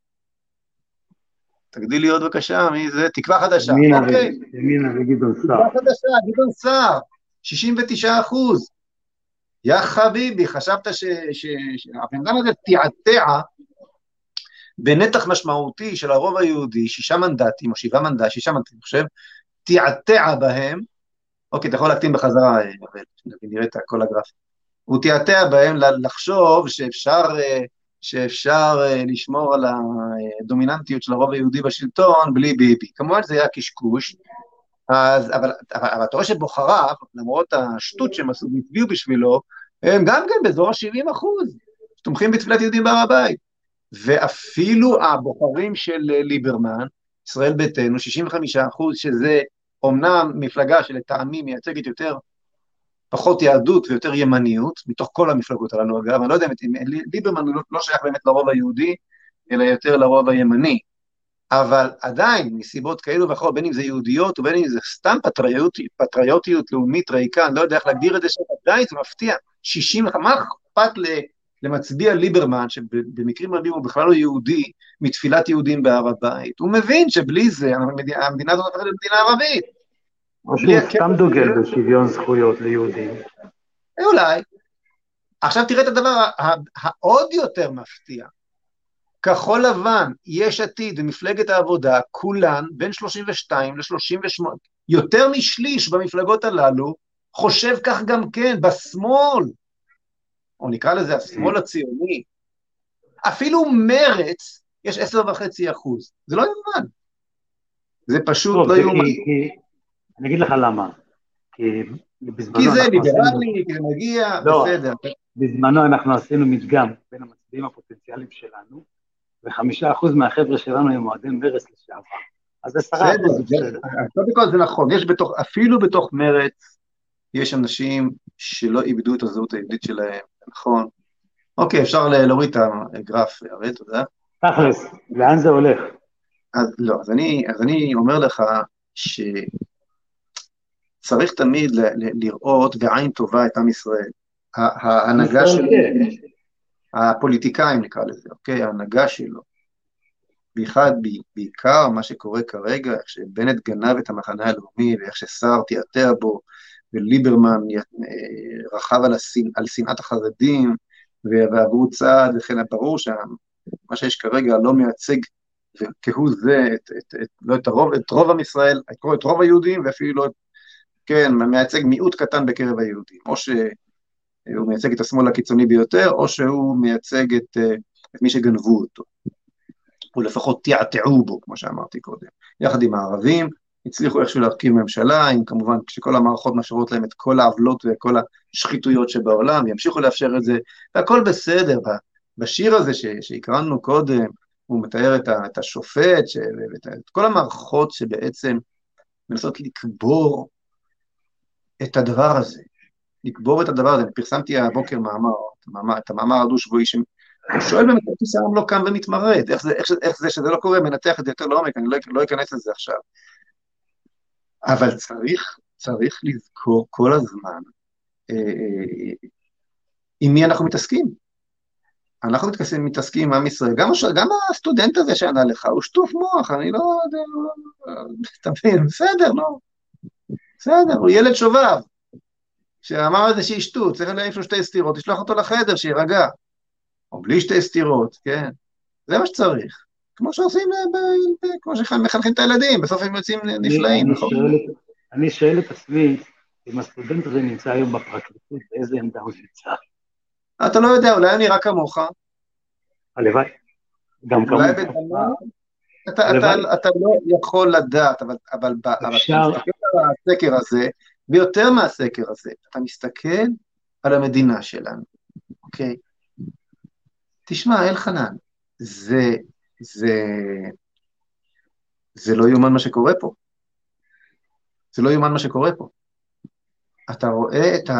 תגדיל לי עוד בבקשה, מי זה? תקווה חדשה. אוקיי.
ימינה וגדעון סער.
תקווה חדשה, גדעון סער, שישים ותשעה אחוז. יא חביבי, חשבת שהבן אדם הזה תיעתע בנתח משמעותי של הרוב היהודי, שישה מנדטים, או שבעה מנדטים, שישה מנדטים, אני חושב, תיעתע בהם, אוקיי, אתה יכול להקטין בחזרה, נראה את כל הגרף, הוא תיעתע בהם לחשוב שאפשר, שאפשר לשמור על הדומיננטיות של הרוב היהודי בשלטון, בלי ביבי. כמובן זה היה קשקוש, אז, אבל, אבל, אבל אתה רואה שבוחריו, למרות השטות שהם עשו, הצביעו בשבילו, הם גם כן באזור ה-שבעים אחוז, שתומכים בתפילת יהודים בהר הבית. ואפילו הבוחרים של ליברמן, ישראל ביתנו, שישים וחמישה אחוז, שזה אומנם מפלגה שלטעמי מייצגת יותר, פחות יהדות ויותר ימניות, מתוך כל המפלגות הללו, אגב, אני לא יודע, ליברמן לא שייך באמת לרוב היהודי, אלא יותר לרוב הימני, אבל עדיין, מסיבות כאלו ואחרות, בין אם זה יהודיות, ובין אם זה סתם פטריוטיות, פטריוטיות לאומית ריקה, אני לא יודע איך להגדיר את זה, שעדיין זה מפתיע, שישים, מה אכפת למצביע ליברמן, שבמקרים רבים הוא בכלל לא יהודי, מתפילת יהודים בהר הבית, הוא מבין שבלי זה, המדינה הזאת הופכת למדינה ערבית.
או שהוא סתם דוגל בשוויון זכויות ליהודים.
אולי. עכשיו תראה את הדבר העוד יותר מפתיע, כחול לבן, יש עתיד ומפלגת העבודה, כולן בין שלושים ושתיים ל-שלושים ושמונה, יותר משליש במפלגות הללו, חושב כך גם כן, בשמאל, או נקרא לזה השמאל הציוני, אפילו מרץ, יש עשר וחצי אחוז, זה לא יומן, זה פשוט טוב, לא יומן. כי, כי,
אני אגיד לך למה, כי,
כי זה ליברלי, כי זה מגיע, לא, בסדר.
בזמנו אנחנו עשינו מדגם בין המצביעים הפוטנציאליים שלנו, וחמישה אחוז מהחבר'ה שלנו הם מועדי מרץ לשעבר. אז עשרה אחוז זה בסדר.
קודם כל זה נכון, יש בתוך, אפילו בתוך מרץ, יש אנשים שלא איבדו את הזהות היהודית שלהם, נכון? אוקיי, אפשר להוריד את הגרף, הרי, תודה.
תכלס, לאן זה הולך?
אז לא, אז אני, אז אני אומר לך שצריך תמיד לראות בעין טובה את עם ישראל. ההנהגה שלו, הפוליטיקאים נקרא לזה, אוקיי? ההנהגה שלו, באחד, בעיקר מה שקורה כרגע, איך שבנט גנב את המחנה הלאומי, ואיך שסער תיעתר בו, וליברמן רחב על, הסינ... על שנאת החרדים, ועברו צעד, וכן ברור שמה שיש כרגע לא מייצג, וכהוא זה, את, את, את, לא את, הרוב, את רוב עם ישראל, את, את רוב היהודים, ואפילו לא, כן, מייצג מיעוט קטן בקרב היהודים, או ש... הוא מייצג את השמאל הקיצוני ביותר, או שהוא מייצג את, את מי שגנבו אותו, או לפחות תיעתעו בו, כמו שאמרתי קודם. יחד עם הערבים, הצליחו איכשהו להרכיב ממשלה, עם כמובן כשכל המערכות מאשרות להם את כל העוולות וכל השחיתויות שבעולם, ימשיכו לאפשר את זה, והכל בסדר. בשיר הזה שהקראנו קודם, הוא מתאר את, ה, את השופט, ש, ואת, את כל המערכות שבעצם מנסות לקבור את הדבר הזה, לקבור את הדבר הזה. אני פרסמתי הבוקר מאמר, את המאמר, את המאמר הדו-שבועי, ששואל באמת, איך העם לא קם ומתמרד, איך זה, איך, איך זה שזה לא קורה, מנתח את זה יותר לעומק, אני לא, לא אכנס לזה עכשיו. אבל צריך, צריך לזכור כל הזמן, אה, אה, עם מי אנחנו מתעסקים. אנחנו מתעסקים, מתעסקים עם עם ישראל, גם, גם הסטודנט הזה שענה לך, הוא שטוף מוח, אני לא יודע, תבין, בסדר, לא, בסדר, הוא ילד שובב, שאמר איזה שישתות, צריך להעיף לו שתי סתירות, תשלח אותו לחדר, שירגע, או בלי שתי סתירות, כן, זה מה שצריך, כמו שעושים, ב, ב, כמו שמחנכים את הילדים, בסוף הם יוצאים נפלאים.
אני, נכון? אני, שואל, אני שואל את עצמי, אם הסטודנט הזה נמצא היום בפרקליטות, באיזה עמדה הוא נמצא?
אתה לא יודע, אולי אני רק כמוך.
הלוואי, גם כמוך.
אולי בדמה, אתה, אתה, אתה לא יכול לדעת, אבל, אבל, אבל אתה מסתכל על הסקר הזה, ויותר מהסקר הזה, אתה מסתכל על המדינה שלנו, אוקיי? תשמע, אלחנן, זה, זה, זה לא יומן מה שקורה פה. זה לא יומן מה שקורה פה. אתה רואה את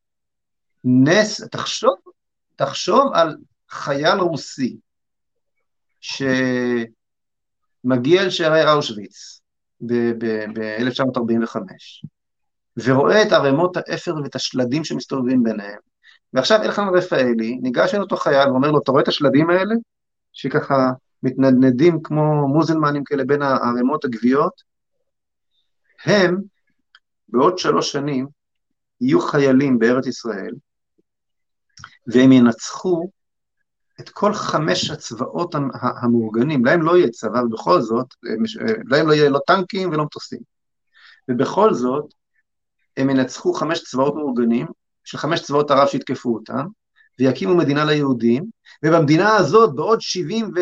הנס, תחשוב, תחשוב על חייל רוסי, שמגיע אל שערי אושוויץ, ב-אלף תשע מאות ארבעים וחמש, ורואה את ערימות האפר ואת השלדים שמסתובבים ביניהם. ועכשיו אלחנן רפאלי ניגש אל אותו חייל ואומר לו, אתה רואה את השלדים האלה? שככה מתנדנדים כמו מוזלמנים כאלה בין הערימות הגביות? הם בעוד שלוש שנים יהיו חיילים בארץ ישראל, והם ינצחו את כל חמש הצבאות המאורגנים. להם לא יהיה צבא, ובכל זאת, להם לא יהיה לא טנקים ולא מטוסים. ובכל זאת, הם ינצחו חמש צבאות מאורגנים, של חמש צבאות ערב שיתקפו אותם, ויקימו מדינה ליהודים, ובמדינה הזאת, בעוד שבעים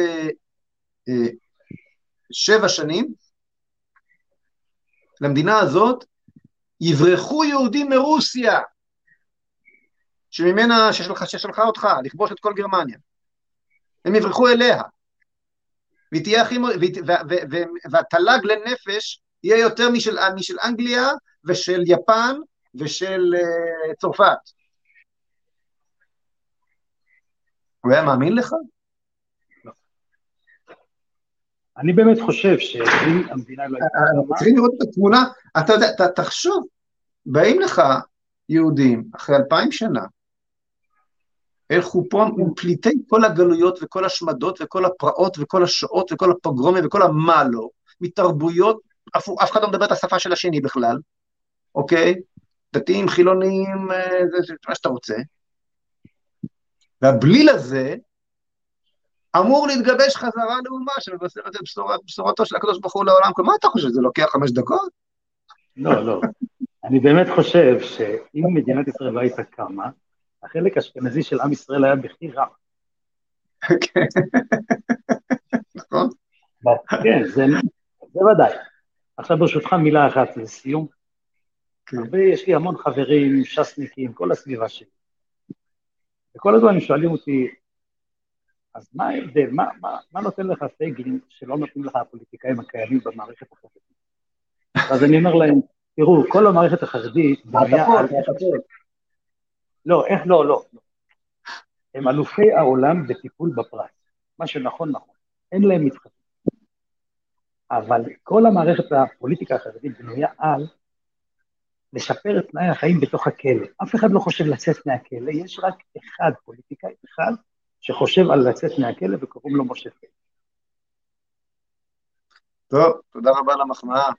ושבע שנים, למדינה הזאת, יברחו יהודים מרוסיה, שממנה, ששלחה, ששלחה אותך, לכבוש את כל גרמניה. הם יברחו אליה, ותהיה הכי, והתל"ג לנפש יהיה יותר משל, משל אנגליה, ושל יפן, ושל uh, צרפת. הוא היה מאמין לך?
לא. אני באמת חושב שאם המדינה לא...
אנחנו צריכים לראות את התמונה, אתה יודע, אתה תחשוב, באים לך יהודים אחרי אלפיים שנה, אל חופון פליטי כל הגלויות וכל השמדות וכל הפרעות וכל השואות וכל הפוגרומים וכל המלו, מתרבויות, אף, אף אחד לא מדבר את השפה של השני בכלל, אוקיי? דתיים, חילונים, זה, זה מה שאתה רוצה. והבליל הזה אמור להתגבש חזרה לאומה שמבשרת את בשורת, בשורתו של הקדוש ברוך הוא לעולם. מה אתה חושב, זה לוקח חמש דקות?
לא, לא. אני באמת חושב שאם מדינת ישראל לא הייתה קמה, החלק האשכנזי של עם ישראל היה בכי רע.
נכון?
כן, זה ודאי. עכשיו ברשותך מילה אחת לסיום. הרבה, יש לי המון חברים, שסניקים, כל הסביבה שלי. וכל הזמן הם שואלים אותי, אז מה ההבדל, מה, מה, מה נותן לך פייגלין שלא נותנים לך הפוליטיקאים הקיימים במערכת החרדית? אז אני אומר להם, תראו, כל המערכת החרדית, לא, איך לא, לא. הם אלופי העולם בטיפול בפרט. מה שנכון, נכון. אין להם מתחתים. אבל כל המערכת הפוליטיקה החרדית בנויה על לשפר את תנאי החיים בתוך הכלא. אף אחד לא חושב לצאת מהכלא, יש רק אחד, פוליטיקאי אחד, שחושב על לצאת מהכלא וקוראים לו משה פייגלין.
טוב, תודה רבה למחמאה.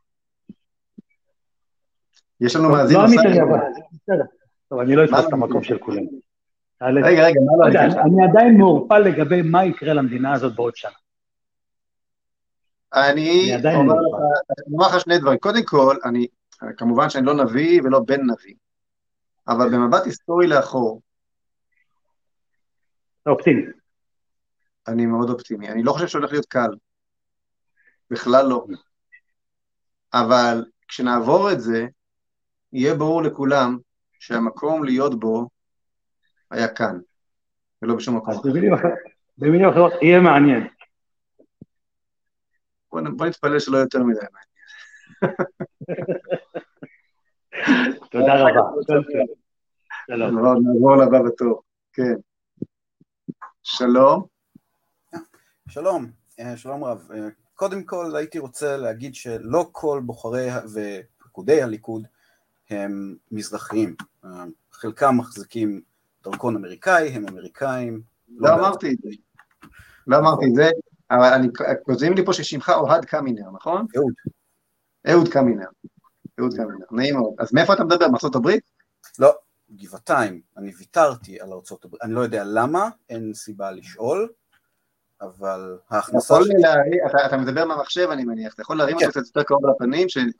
יש לנו מאזין
לא
נוסף.
ענית לי, אבל בסדר. טוב, אני לא אפרס את המקום של כולם.
רגע, רגע, מה לא ענית?
אני עדיין מעורפל לגבי מה יקרה למדינה הזאת בעוד שנה.
אני אומר לך שני דברים. קודם כל, אני, כמובן שאני לא נביא ולא בן נביא, אבל במבט היסטורי לאחור,
אתה אופטימי.
אני מאוד אופטימי. אני לא חושב שהולך להיות קל. בכלל לא. אבל כשנעבור את זה, יהיה ברור לכולם שהמקום להיות בו היה כאן, ולא בשום מקום אחר.
במילים אחרות, יהיה מעניין.
בוא, בוא נתפלל שלא יותר מדי מעניין.
תודה רבה. שלום.
נעבור לבא בתור. כן. שלום.
שלום, שלום רב. קודם כל הייתי רוצה להגיד שלא כל בוחרי ופקודי הליכוד הם מזרחיים. חלקם מחזיקים דרכון אמריקאי, הם אמריקאים.
לא אמרתי את זה. לא אמרתי את זה, אבל כותבים לי פה ששמך אוהד קמינר, נכון?
אהוד.
אהוד קמינר. אהוד קמינר, נעים מאוד. אז מאיפה אתה מדבר? מארצות הברית?
לא, גבעתיים. אני ויתרתי על ארצות הברית. אני לא יודע למה, אין סיבה לשאול, אבל ההכנסה שלי...
אתה, אתה מדבר מהמחשב, אני מניח. אתה יכול להרים אותו קצת יותר קרוב לפנים, ש...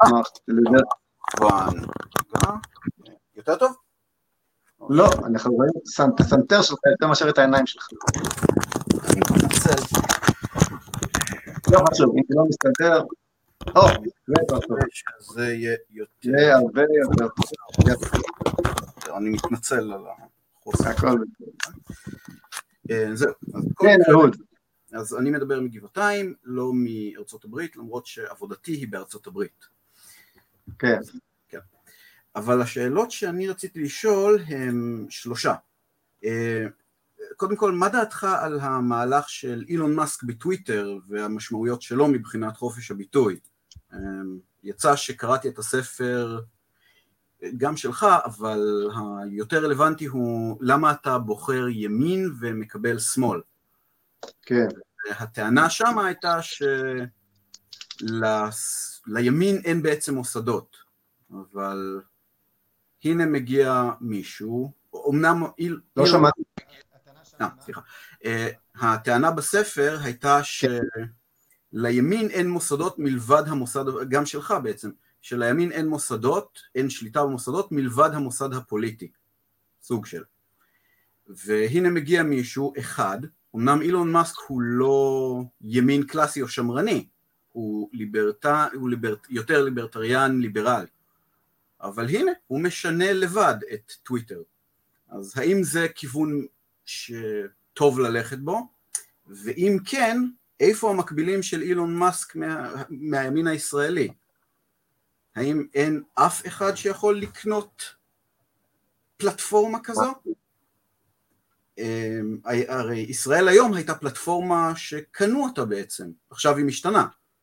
יותר טוב? לא, אנחנו רואים את הסנטר שלך יותר מאשר את העיניים שלך.
אני מתנצל.
לא חשוב, אם לא מסתדר, או, זה יותר טוב.
זה יהיה יותר...
זה הרבה יותר
טוב. אני מתנצל על החוסר.
הכל
בסדר. זהו.
כן, אהוד.
אז אני מדבר מגבעתיים, לא מארצות הברית, למרות שעבודתי היא בארצות הברית.
כן.
כן. אבל השאלות שאני רציתי לשאול הן שלושה. קודם כל, מה דעתך על המהלך של אילון מאסק בטוויטר והמשמעויות שלו מבחינת חופש הביטוי? יצא שקראתי את הספר גם שלך, אבל היותר רלוונטי הוא למה אתה בוחר ימין ומקבל שמאל.
כן.
הטענה שם הייתה שלימין אין בעצם מוסדות, אבל הנה מגיע מישהו, אמנם...
לא שמעתי.
סליחה. הטענה בספר הייתה שלימין אין מוסדות מלבד המוסד, גם שלך בעצם, שלימין אין מוסדות, אין שליטה במוסדות מלבד המוסד הפוליטי, סוג של. והנה מגיע מישהו אחד, אמנם אילון מאסק הוא לא ימין קלאסי או שמרני, הוא, ליברטה, הוא ליברט, יותר ליברטריאן ליברלי, אבל הנה הוא משנה לבד את טוויטר. אז האם זה כיוון שטוב ללכת בו? ואם כן, איפה המקבילים של אילון מאסק מה, מהימין הישראלי? האם אין אף אחד שיכול לקנות פלטפורמה כזו? הרי ישראל היום הייתה פלטפורמה שקנו אותה בעצם, עכשיו היא משתנה.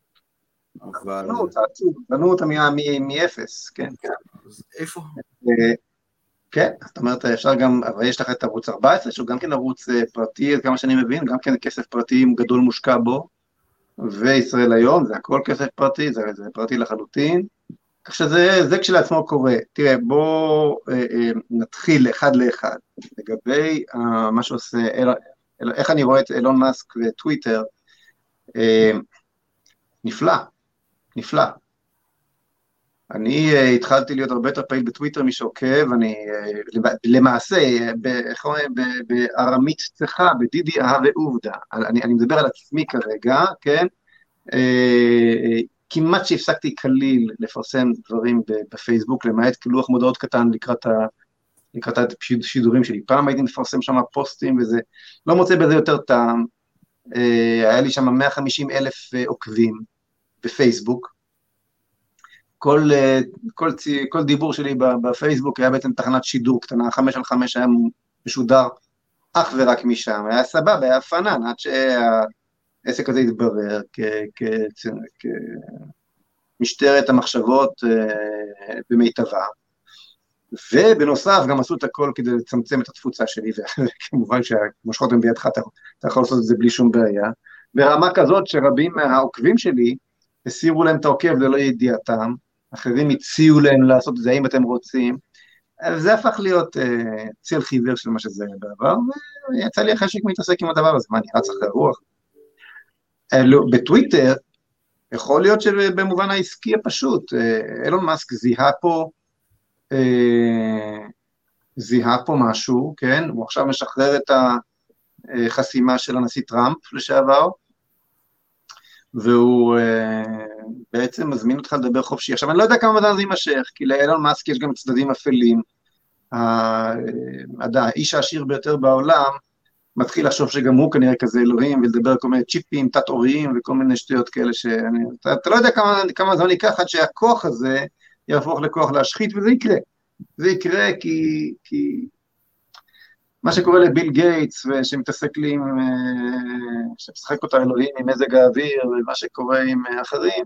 קנו אותה מאפס, כן.
אז איפה?
כן, זאת אומרת, אפשר גם, אבל יש לך את ערוץ ארבע עשרה, שהוא גם כן ערוץ פרטי, אז כמה שאני מבין, גם כן כסף פרטי גדול מושקע בו, וישראל היום, זה הכל כסף פרטי, זה, זה פרטי לחלוטין, כך שזה זה כשלעצמו קורה. תראה, בוא אה, אה, נתחיל אחד לאחד, לגבי אה, מה שעושה, אל, אל, איך אני רואה את אילון מאסק וטוויטר, אה, נפלא, נפלא. אני uh, התחלתי להיות הרבה יותר פעיל בטוויטר משעוקב, אני uh, למעשה, בארמית צחה, בדידי אהבה עובדה, אני, אני מדבר על עצמי כרגע, כן? Uh, uh, כמעט שהפסקתי כליל לפרסם דברים בפייסבוק, למעט כלוח מודעות קטן לקראת, ה, לקראת השידורים שלי. פעם הייתי מפרסם שם פוסטים וזה, לא מוצא בזה יותר טעם, uh, היה לי שם מאה וחמישים אלף uh, עוקבים בפייסבוק, כל, כל, כל דיבור שלי בפייסבוק היה בעצם תחנת שידור קטנה, חמש על חמש היה משודר אך ורק משם, היה סבבה, היה פנן, עד שהעסק הזה התברר כמשטרת המחשבות במיטבה, ובנוסף גם עשו את הכל כדי לצמצם את התפוצה שלי, וכמובן שהמושכות הן בידך, אתה, אתה יכול לעשות את זה בלי שום בעיה, ברמה כזאת שרבים מהעוקבים שלי, הסירו להם את העוקב ללא ידיעתם, אחרים הציעו להם לעשות את זה, אם אתם רוצים, זה הפך להיות uh, ציל חיוור של מה שזה היה בעבר, ויצא לי החשק מתעסק עם הדבר הזה, מה, אני רץ אחרי רוח. Uh, בטוויטר, יכול להיות שבמובן העסקי הפשוט, uh, אילון מאסק זיהה פה, uh, זיהה פה משהו, כן, הוא עכשיו משחרר את החסימה של הנשיא טראמפ לשעבר, והוא uh, בעצם מזמין אותך לדבר חופשי. עכשיו, אני לא יודע כמה מדע זה יימשך, כי לאילון מאסק יש גם צדדים אפלים. האיש העשיר ביותר בעולם מתחיל לחשוב שגם הוא כנראה כזה אלוהים, ולדבר כל מיני צ'יפים, תת-אוריים, וכל מיני שטויות כאלה שאני... אתה, אתה לא יודע כמה, כמה זמן ייקח עד שהכוח הזה יהפוך לכוח להשחית, וזה יקרה. זה יקרה כי... כי... מה שקורה לביל גייטס, שמתעסק לי עם, שמשחק אותה אלוהים עם מזג האוויר, ומה שקורה עם אחרים,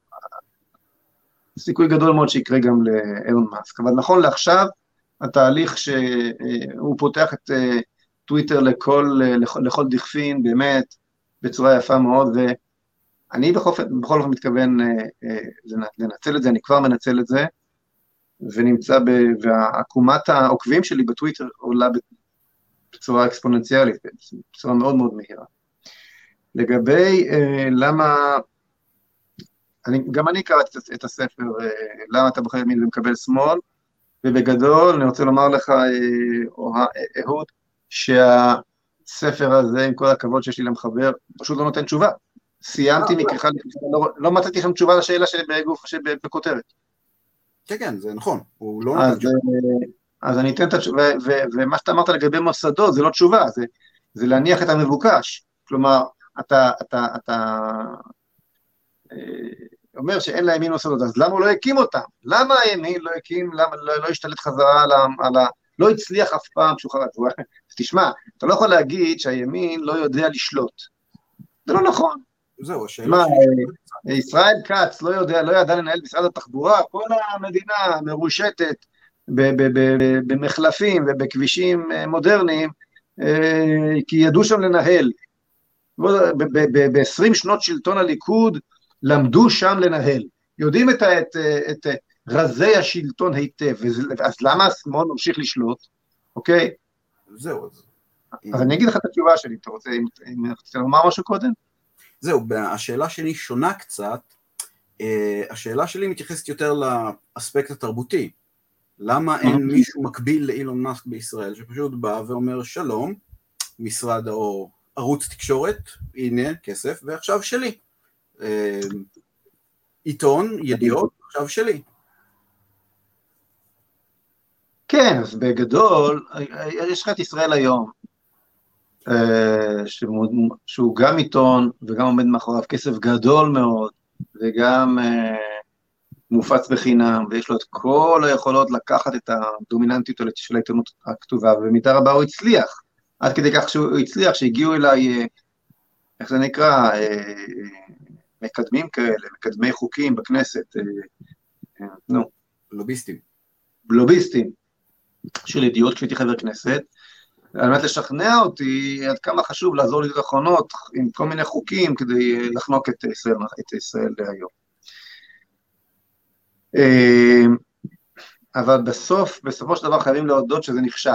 סיכוי גדול מאוד שיקרה גם לאילון מאסק. אבל נכון לעכשיו, התהליך שהוא פותח את טוויטר לכל, לכל, לכל דכפין, באמת, בצורה יפה מאוד, ואני בכל אופן מתכוון לנצל את זה, אני כבר מנצל את זה, ונמצא, ועקומת העוקבים שלי בטוויטר עולה בצורה אקספוננציאלית, בצורה מאוד מאוד מהירה. לגבי אה, למה, אני, גם אני קראתי את הספר, אה, למה אתה בוחר ימין ומקבל שמאל, ובגדול אני רוצה לומר לך, אה, או אהוד, שהספר הזה, עם כל הכבוד שיש לי למחבר, פשוט לא נותן תשובה. סיימתי מכריכה, לא, לא מצאתי לכם תשובה לשאלה שלי בגוף, בכותרת.
כן, כן, זה נכון, הוא לא נותן תשובה.
אז אני אתן את התשובה, ומה שאתה אמרת לגבי מוסדות, זה לא תשובה, זה, זה להניח את המבוקש. כלומר, אתה, אתה, אתה אה, אומר שאין לה ימין מוסדות, אז למה הוא לא הקים אותם? למה הימין לא הקים, למה לא, לא השתלט חזרה על ה... על ה לא הצליח אף פעם שהוא חרץ. תשמע, אתה לא יכול להגיד שהימין לא יודע לשלוט. זה לא נכון.
זהו, השאלה
מה,
שלי...
ישראל כץ לא יודע, לא ידע לנהל משרד התחבורה, כל המדינה מרושתת במחלפים ובכבישים מודרניים, כי ידעו שם לנהל. ב-עשרים שנות שלטון הליכוד למדו שם לנהל. יודעים את, את, את רזי השלטון היטב, אז למה השמאל ממשיך לשלוט? אוקיי?
זהו. אז,
אז אני אגיד לך את התשובה שלי, אתה רוצה, אם אתה רוצה לומר משהו קודם?
זהו, השאלה שלי שונה קצת, השאלה שלי מתייחסת יותר לאספקט התרבותי. למה אין מישהו מקביל לאילון מאסק בישראל, שפשוט בא ואומר שלום, משרד או ערוץ תקשורת, הנה כסף, ועכשיו שלי. עיתון, ידיעות, עכשיו שלי.
כן, אז בגדול, יש לך את ישראל היום, שהוא גם עיתון וגם עומד מאחוריו כסף גדול מאוד, וגם מופץ בחינם, ויש לו את כל היכולות לקחת את הדומיננטיות של העיתונות הכתובה, ובמידה רבה הוא הצליח, עד כדי כך שהוא הצליח, שהגיעו אליי, איך זה נקרא, מקדמים כאלה, מקדמי חוקים בכנסת, נו.
לוביסטים.
לוביסטים, של ידיעות כשהייתי חבר כנסת, על מנת לשכנע אותי עד כמה חשוב לעזור לידיעות אחרונות עם כל מיני חוקים כדי לחנוק את ישראל, את ישראל היום. אבל בסוף, בסופו של דבר חייבים להודות שזה נכשל.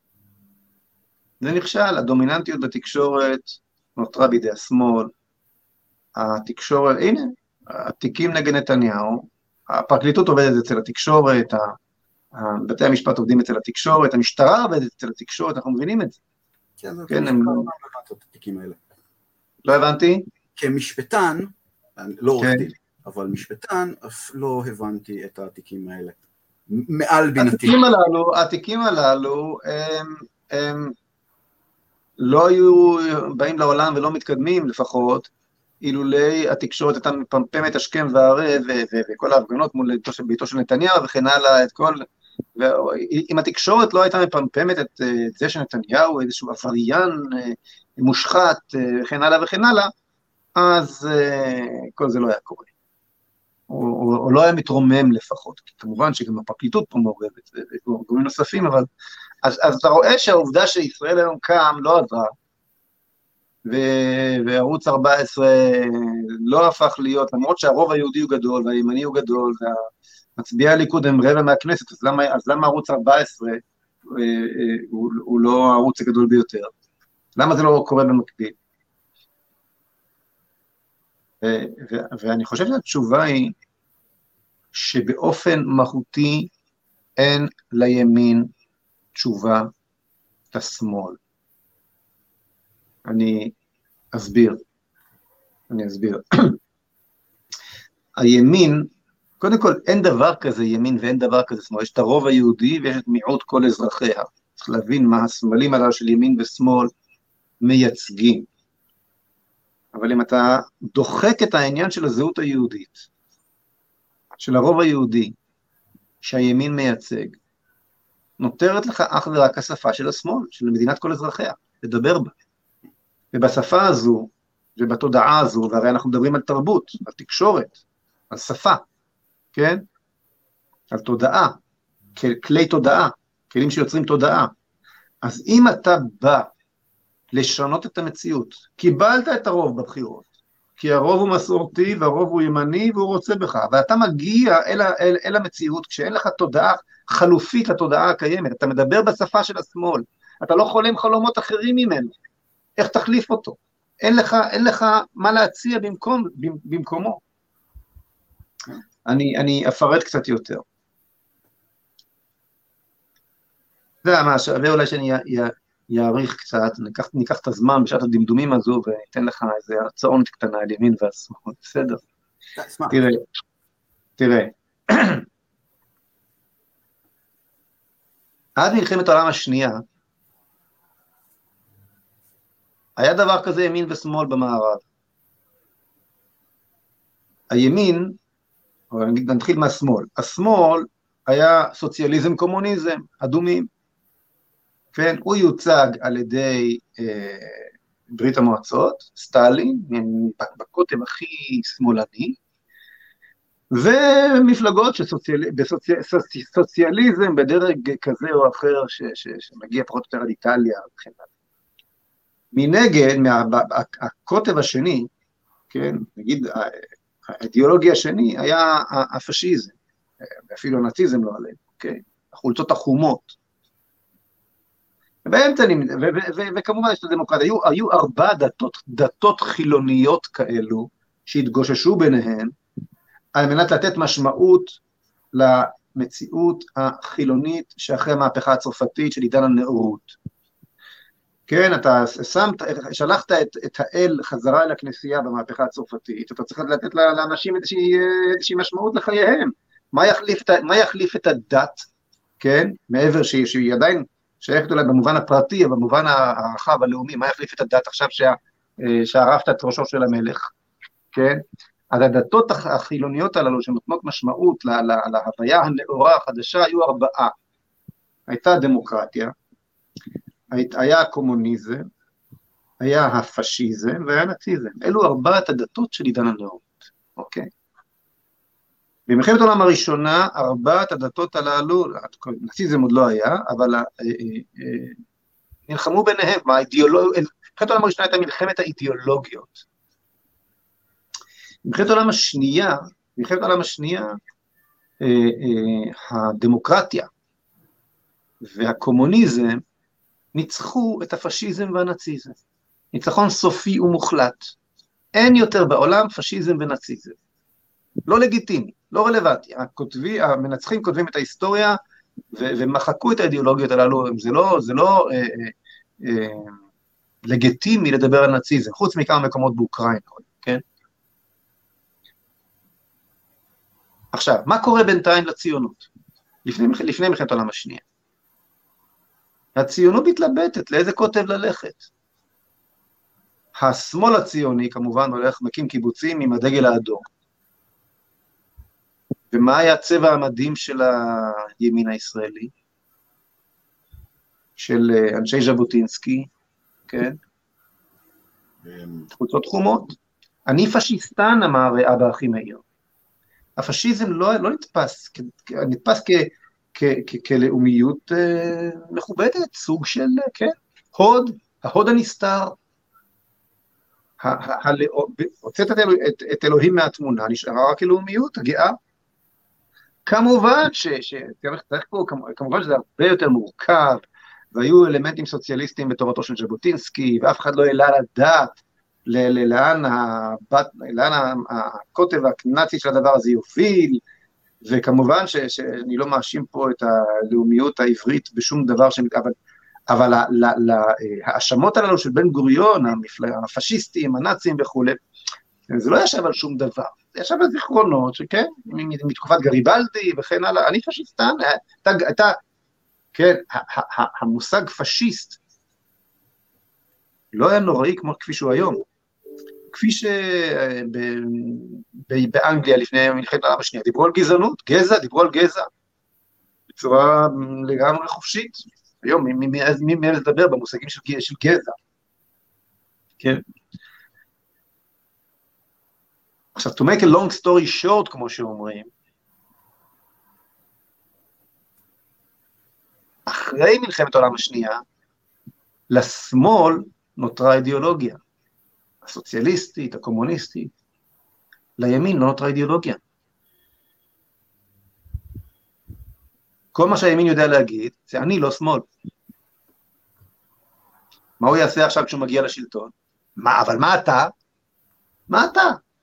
זה נכשל, הדומיננטיות בתקשורת נותרה בידי השמאל, התקשורת, הנה, התיקים נגד נתניהו, הפרקליטות עובדת אצל התקשורת, בתי המשפט עובדים אצל התקשורת, המשטרה עובדת אצל התקשורת, אנחנו מבינים את זה.
כן, זה
כן,
הם... לא הבנתי את התיקים האלה.
לא הבנתי?
כמשפטן, לא עורך דין, אבל משפטן, אף לא הבנתי את התיקים האלה. מעל בינתי.
התיקים הללו, התיקים הללו, הם, הם לא היו באים לעולם ולא מתקדמים לפחות, אילולי התקשורת הייתה מפמפמת השכם והערב, וכל ההפגנות מול ביתו של נתניהו וכן הלאה, את כל... אם התקשורת לא הייתה מפמפמת את זה שנתניהו, איזשהו עבריין מושחת וכן הלאה וכן הלאה, אז כל זה לא היה קורה. או, או, או לא היה מתרומם לפחות, כי כמובן שגם הפרקליטות פה מעורבת, וגורמים נוספים, אבל... אז, אז אתה רואה שהעובדה שישראל היום קם לא עזרה, וערוץ ארבע עשרה לא הפך להיות, למרות שהרוב היהודי הוא גדול, והימני הוא גדול, והמצביעי הליכוד הם רבע מהכנסת, אז למה, אז למה ערוץ ארבע עשרה הוא, הוא לא הערוץ הגדול ביותר? למה זה לא קורה במקביל? ואני חושב שהתשובה היא, שבאופן מהותי אין לימין תשובה לשמאל. אני אסביר, אני אסביר. הימין, קודם כל, אין דבר כזה ימין ואין דבר כזה שמאל, יש את הרוב היהודי ויש את מיעוט כל אזרחיה. צריך להבין מה הסמלים הללו של ימין ושמאל מייצגים. אבל אם אתה דוחק את העניין של הזהות היהודית, של הרוב היהודי, שהימין מייצג, נותרת לך אך ורק השפה של השמאל, של מדינת כל אזרחיה, לדבר בה. ובשפה הזו, ובתודעה הזו, והרי אנחנו מדברים על תרבות, על תקשורת, על שפה, כן? על תודעה, כלי תודעה, כלים שיוצרים תודעה. אז אם אתה בא לשנות את המציאות, קיבלת את הרוב בבחירות, כי הרוב הוא מסורתי, והרוב הוא ימני, והוא רוצה בך, ואתה מגיע אל, אל, אל המציאות, כשאין לך תודעה חלופית לתודעה הקיימת, אתה מדבר בשפה של השמאל, אתה לא חולם חלומות אחרים ממנו, איך תחליף אותו? אין לך, אין לך מה להציע במקום, במקומו. אני, אני אפרט קצת יותר. זה מה שווה אולי שאני יעריך קצת, ניקח, ניקח את הזמן בשעת הדמדומים הזו, וניתן לך איזה הרצאות קטנה על ימין והשמאל, בסדר? תראה, תראה. עד מלחמת העולם השנייה, היה דבר כזה ימין ושמאל במערב. הימין, או נתחיל מהשמאל, השמאל היה סוציאליזם קומוניזם, אדומים. כן, הוא יוצג על ידי אה, ברית המועצות, סטלין, בקוטב הכי שמאלני, ומפלגות בסוציאליזם בדרג כזה או אחר, שמגיע פחות או יותר על איטליה, וכן הלאה. מנגד, הקוטב השני, כן, נגיד, האידיאולוגיה השני היה הפשיזם, ואפילו הנאציזם לא עליהם, אוקיי? החולצות החומות. ובאמצע, וכמובן יש את הדמוקרטיה, היו, היו ארבע דתות, דתות חילוניות כאלו, שהתגוששו ביניהן, על מנת לתת משמעות למציאות החילונית, שאחרי המהפכה הצרפתית של עידן הנאורות. כן, אתה שמת, שלחת את, את האל חזרה אל הכנסייה במהפכה הצרפתית, אתה צריך לתת לאנשים איזושהי, איזושהי משמעות לחייהם. מה יחליף, מה יחליף את הדת, כן, מעבר שהיא, שהיא עדיין שייכת אולי במובן הפרטי, אבל במובן הרחב הלאומי, מה יחליף את הדת עכשיו שה, שערפת את ראשו של המלך, כן? אז הדתות החילוניות הללו שנותנות משמעות לה, לה, להוויה הנאורה החדשה היו ארבעה. הייתה דמוקרטיה, היה הקומוניזם, היה הפשיזם והיה נאציזם. אלו ארבעת הדתות של עידן הנאורות, אוקיי? במלחמת העולם הראשונה, ארבעת הדתות הללו, נאציזם עוד לא היה, אבל נלחמו ביניהם, מלחמת העולם הראשונה הייתה מלחמת האידיאולוגיות. במלחמת העולם השנייה, במלחמת העולם השנייה, הדמוקרטיה והקומוניזם ניצחו את הפשיזם והנאציזם. ניצחון סופי ומוחלט. אין יותר בעולם פשיזם ונאציזם. לא לגיטימי, לא רלוונטי. הכותבי, המנצחים כותבים את ההיסטוריה, ו- ומחקו את האידיאולוגיות הללו, זה לא, זה לא אה, אה, אה, לגיטימי לדבר על נאציזם, חוץ מכמה מקומות באוקראינה, כן? עכשיו, מה קורה בינתיים לציונות? לפני, לפני מלחמת העולם השנייה. הציונות מתלבטת, לאיזה כותב ללכת? השמאל הציוני כמובן הולך, מקים קיבוצים עם הדגל האדום. ומה היה הצבע המדהים של הימין הישראלי? של אנשי ז'בוטינסקי, כן? חולצות חומות. אני פשיסטן, אמר אבא אחימאיר. הפשיזם לא, לא נתפס, נתפס כ, כ, כ, כלאומיות אה, מכובדת, סוג של, כן, הוד, ההוד הנסתר. הוצאת את, את, את אלוהים מהתמונה, נשארה רק אלוהמיות, הגאה. כמובן ש, ש, צריך פה, כמובן שזה הרבה יותר מורכב, והיו אלמנטים סוציאליסטיים בתורתו של ז'בוטינסקי, ואף אחד לא העלה לדעת, לאן הקוטב הנאצי של הדבר הזה יוביל, וכמובן שאני לא מאשים פה את הלאומיות העברית בשום דבר, אבל האשמות הללו של בן גוריון, הפשיסטים, הנאצים וכו', זה לא ישב על שום דבר, זה ישב על זיכרונות, שכן, מתקופת גריבלדי וכן הלאה, אני פשיסטן, אתה, כן, המושג פשיסט, לא היה נוראי כמו כפי שהוא היום, כפי שבאנגליה לפני מלחמת העולם השנייה, דיברו על גזענות, גזע, דיברו על גזע, בצורה לגמרי חופשית, היום מי מהם לדבר במושגים של, של גזע, כן? עכשיו, to make a long story short, כמו שאומרים, אחרי מלחמת העולם השנייה, לשמאל נותרה אידיאולוגיה, הסוציאליסטית, הקומוניסטית, לימין לא נותרה אידיאולוגיה. כל מה שהימין יודע להגיד, זה אני לא שמאל. מה הוא יעשה עכשיו כשהוא מגיע לשלטון? מה, אבל מה אתה? מה אתה?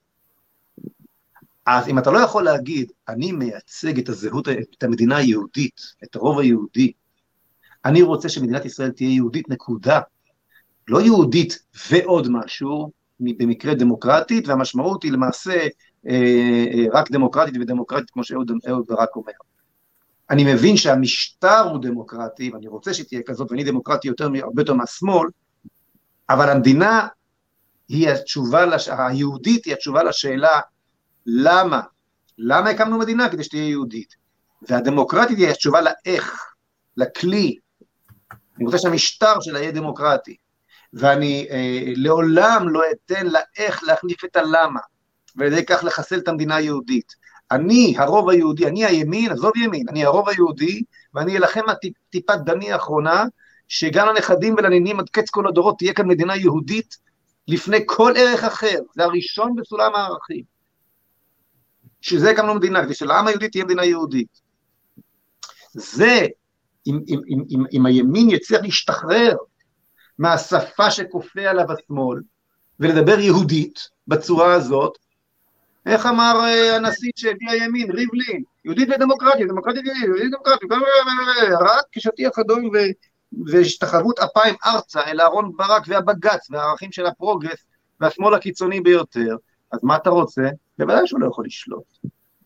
אז אם אתה לא יכול להגיד, אני מייצג את הזהות, את המדינה היהודית, את הרוב היהודי, אני רוצה שמדינת ישראל תהיה יהודית נקודה, לא יהודית ועוד משהו, במקרה דמוקרטית, והמשמעות היא למעשה אה, אה, רק דמוקרטית ודמוקרטית, כמו שאהוד ברק אומר. אני מבין שהמשטר הוא דמוקרטי, ואני רוצה שתהיה כזאת, ואני דמוקרטי יותר, הרבה יותר מהשמאל, אבל המדינה היא התשובה, לש... היהודית היא התשובה לשאלה, למה? למה הקמנו מדינה? כדי שתהיה יהודית. והדמוקרטית היא התשובה לאיך, לכלי. אני רוצה שהמשטר שלה יהיה דמוקרטי. ואני אה, לעולם לא אתן לאיך להחליף את הלמה, ועל ידי כך לחסל את המדינה היהודית. אני, הרוב היהודי, אני הימין, עזוב ימין, אני הרוב היהודי, ואני אלחם טיפת דמי האחרונה, שגם לנכדים ולנינים עד קץ כל הדורות תהיה כאן מדינה יהודית, לפני כל ערך אחר, זה הראשון בסולם הערכים. שזה הקמנו מדינה, כדי שלעם היהודי תהיה מדינה יהודית. זה, אם, אם, אם, אם, אם הימין יצליח להשתחרר מהשפה שכופה עליו השמאל, ולדבר יהודית בצורה הזאת, איך אמר הנשיא שהביא הימין, ריבלין, יהודית ודמוקרטיה, דמוקרטיה יהודית ודמוקרטיה, רק כשטיח אדום והשתחוות אפיים ארצה אל אהרון ברק והבג"ץ והערכים של הפרוגרס והשמאל הקיצוני ביותר, אז מה אתה רוצה? בוודאי שהוא לא יכול לשלוט.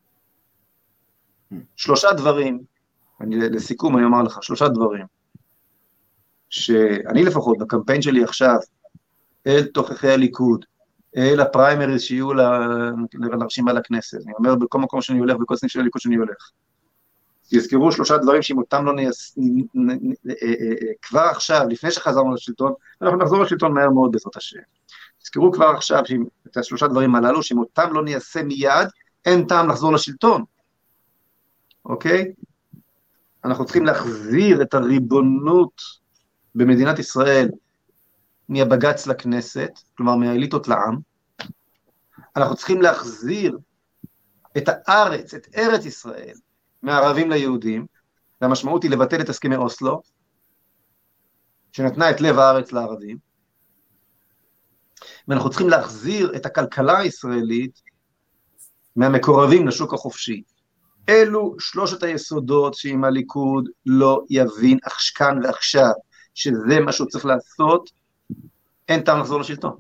שלושה דברים, אני, לסיכום אני אומר לך, שלושה דברים, שאני לפחות בקמפיין שלי עכשיו, אל תוכחי הליכוד, אל הפריימריז שיהיו לרשימה לכנסת, אני אומר בכל מקום שאני הולך, בכל סניף של הליכוד שאני הולך, תזכרו שלושה דברים שאם אותם לא נייס, כבר עכשיו, לפני שחזרנו לשלטון, אנחנו נחזור לשלטון מהר מאוד בעזרת השם, תזכרו כבר עכשיו את השלושה דברים הללו, שאם אותם לא ניישם מיד, אין טעם לחזור לשלטון, אוקיי? אנחנו צריכים להחזיר את הריבונות במדינת ישראל, מהבג"ץ לכנסת, כלומר מהאליטות לעם, אנחנו צריכים להחזיר את הארץ, את ארץ ישראל, מהערבים ליהודים, והמשמעות היא לבטל את הסכמי אוסלו, שנתנה את לב הארץ לערבים, ואנחנו צריכים להחזיר את הכלכלה הישראלית, מהמקורבים לשוק החופשי. אלו שלושת היסודות שאם הליכוד לא יבין כאן ועכשיו, שזה מה שהוא צריך לעשות, אין טעם לחזור לשלטון.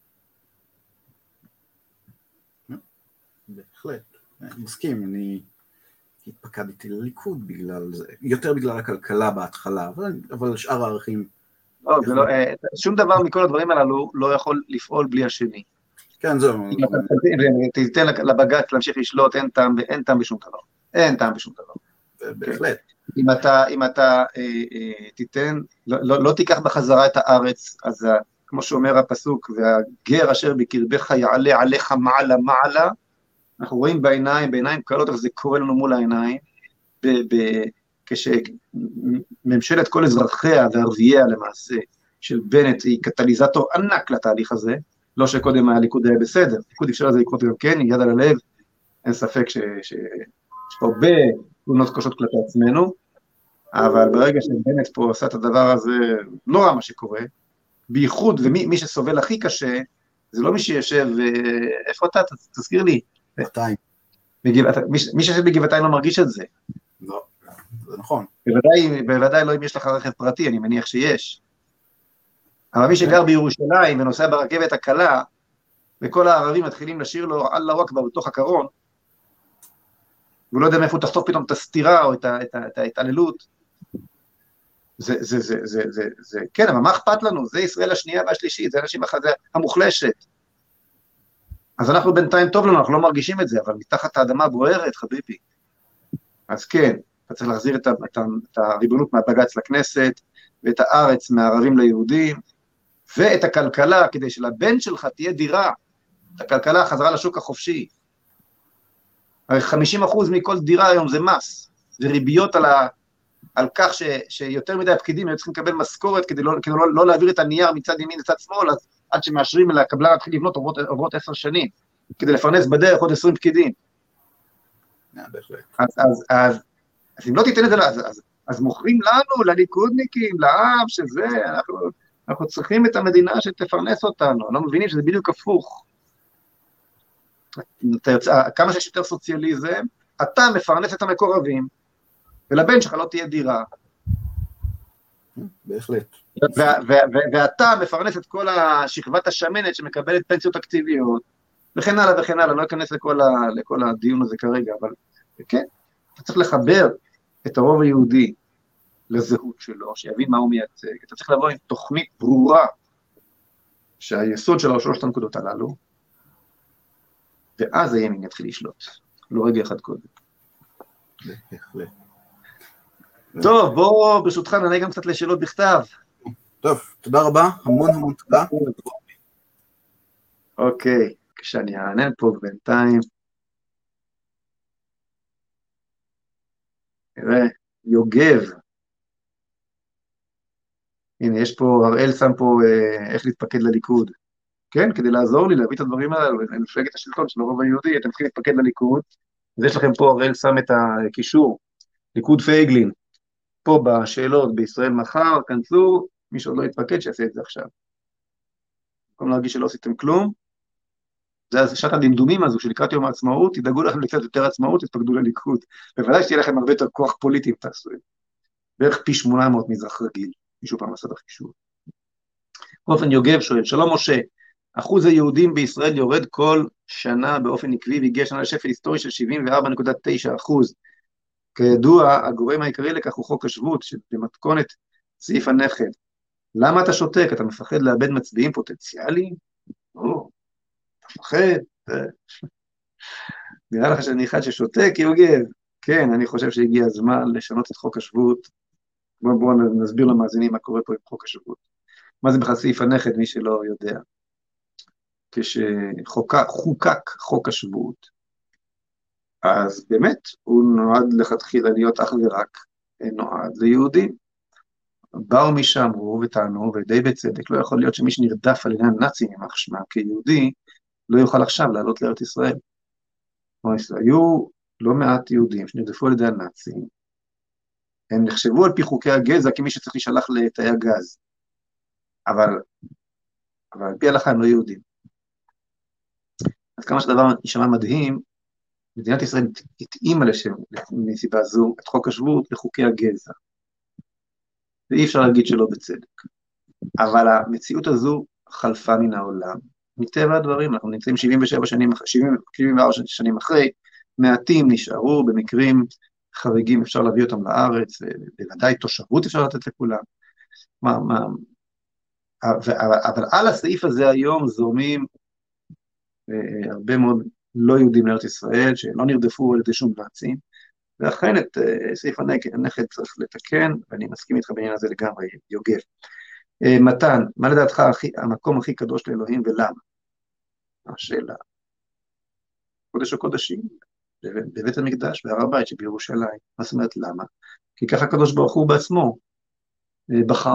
בהחלט, אני מסכים, אני התפקדתי לליכוד בגלל זה, יותר בגלל הכלכלה בהתחלה, אבל, אבל שאר הערכים...
לא, לא, שום דבר מכל הדברים הללו לא יכול לפעול בלי השני.
כן, זהו.
אם אתה תיתן לבג"ץ להמשיך לשלוט, אין טעם, אין טעם בשום דבר. אין טעם בשום דבר.
בהחלט.
אם אתה, אם אתה תיתן, לא, לא תיקח בחזרה את הארץ, אז כמו שאומר הפסוק, והגר אשר בקרבך יעלה עליך מעלה מעלה, אנחנו רואים בעיניים, בעיניים קלות, אבל זה קורה לנו מול העיניים, כשממשלת כל אזרחיה וערבייה למעשה, של בנט היא קטליזטור ענק לתהליך הזה, לא שקודם הליכוד היה בסדר, הליכוד אפשר לזה לקרות גם כן, יד על הלב, אין ספק שיש הרבה תלונות קשות כלפי עצמנו, אבל ברגע שבנט פה עושה את הדבר הזה, נורא מה שקורה, בייחוד, ומי שסובל הכי קשה, זה לא מי שיושב, איפה אתה, תזכיר לי?
גבעתיים.
מי שיושב בגבעתיים לא מרגיש את זה.
לא, זה נכון.
בוודאי, בוודאי לא אם יש לך רכב פרטי, אני מניח שיש. אבל מי שגר בירושלים ונוסע ברכבת הקלה, וכל הערבים מתחילים לשיר לו אללה אכבר בתוך הקרון, והוא לא יודע מאיפה הוא תחטוף פתאום את הסתירה או את ההתעללות, זה, זה, זה, זה, זה, זה, כן, אבל מה אכפת לנו? זה ישראל השנייה והשלישית, זה אנשים המוחלשת. אז אנחנו בינתיים טוב לנו, אנחנו לא מרגישים את זה, אבל מתחת האדמה בוערת, חביבי. אז כן, אתה צריך להחזיר את, את, את הריבונות מהבג"ץ לכנסת, ואת הארץ מהערבים ליהודים, ואת הכלכלה, כדי שלבן שלך תהיה דירה, את הכלכלה חזרה לשוק החופשי. הרי חמישים אחוז מכל דירה היום זה מס, זה ריביות על, ה, על כך ש, שיותר מדי הפקידים היו צריכים לקבל משכורת, כדי לא, כדי לא, לא להעביר את הנייר מצד ימין לצד שמאל, אז עד שמאשרים לקבלן להתחיל לבנות עוברות, עוברות עשר שנים, כדי לפרנס בדרך עוד עשרים פקידים.
בהחלט.
אז, אז, אז, אז אם לא תיתן את זה, אז, אז, אז מוכרים לנו, לליכודניקים, לעם, שזה, אנחנו, אנחנו צריכים את המדינה שתפרנס אותנו, לא מבינים שזה בדיוק הפוך. אתה יוצא, כמה שיש יותר סוציאליזם, אתה מפרנס את המקורבים, ולבן שלך לא תהיה דירה.
בהחלט.
ואתה מפרנס את כל השכבת השמנת שמקבלת פנסיות אקטיביות, וכן הלאה וכן הלאה, לא אכנס לכל הדיון הזה כרגע, אבל כן, אתה צריך לחבר את הרוב היהודי לזהות שלו, שיבין מה הוא מייצג, אתה צריך לבוא עם תוכנית ברורה, שהיסוד שלה הוא שלושת הנקודות הללו, ואז הימין יתחיל לשלוט, לא רגע אחד קודם.
בהחלט.
טוב, בוא ברשותך נענה גם קצת לשאלות בכתב.
טוב, תודה רבה, המון המון תודה.
אוקיי, כשאני אענה פה בינתיים, נראה, יוגב, הנה, יש פה, הראל שם פה אה, איך להתפקד לליכוד. כן, כדי לעזור לי להביא את הדברים האלה, למפלגת השלטון של הרוב היהודי, אתם צריכים להתפקד לליכוד, אז יש לכם פה, הראל שם את הקישור, ליכוד פייגלין, פה בשאלות בישראל מחר, כנסו, מי שעוד לא יתפקד, שיעשה את זה עכשיו. במקום להרגיש שלא עשיתם כלום, זה שעת הדמדומים הזו, שלקראת יום העצמאות, תדאגו לכם לקצת יותר עצמאות, תתפקדו לליכוד. בוודאי שתהיה לכם הרבה יותר כוח פוליטי אם תעשו את זה. בערך פי שמונה מאות מזרח רגיל, מישהו פעם עשה את החישוב. באופן יוגב שואל, שלום משה, אחוז היהודים בישראל יורד כל שנה באופן עקבי, והגיע שנה לשפל היסטורי של שבעים וארבע נקודה תשע אחוז. כידוע, הגורם העיקרי לכך הוא חוק השבות, שבמתכונת סעיף הנכד. למה אתה שותק? אתה מפחד לאבד מצביעים פוטנציאליים? או, אתה מפחד? נראה לך שאני אחד ששותק, יוגב? כן, אני חושב שהגיע הזמן לשנות את חוק השבות. בואו בוא נסביר למאזינים מה קורה פה עם חוק השבות. מה זה בכלל סעיף הנכד, מי שלא יודע? כשחוקק חוק השבות, אז באמת הוא נועד לכתחילה להיות אך ורק נועד ליהודים. באו משם, הוא וטענו, ודי בצדק, לא יכול להיות שמי שנרדף על ידי הנאצים עם החשמה כיהודי, לא יוכל עכשיו לעלות לארץ ישראל. היו לא מעט יהודים שנרדפו על ידי הנאצים, הם נחשבו על פי חוקי הגזע כמי שצריך להישלח לתאי הגז, אבל, אבל על פי ההלכה הם לא יהודים. אז כמה שדבר נשמע מדהים, מדינת ישראל התאימה לשם, מסיבה זו, את חוק השבות לחוקי הגזע. ואי אפשר להגיד שלא בצדק. אבל המציאות הזו חלפה מן העולם. מטבע הדברים, אנחנו נמצאים שבעים ושבע שנים, שבעים וארבע שנים אחרי, מעטים נשארו, במקרים חריגים אפשר להביא אותם לארץ, בוודאי תושבות אפשר לתת לכולם. מה, מה, אבל על הסעיף הזה היום זורמים הרבה מאוד לא יהודים לארץ ישראל, שלא נרדפו על ידי שום נאצים, ואכן את סעיף הנכד צריך לתקן, ואני מסכים איתך בעניין הזה לגמרי, יוגב. מתן, מה לדעתך הכי, המקום הכי קדוש לאלוהים ולמה? השאלה. קודש הקודשים, בבית המקדש, בהר הבית שבירושלים. מה זאת אומרת למה? כי ככה הקדוש ברוך הוא בעצמו בחר.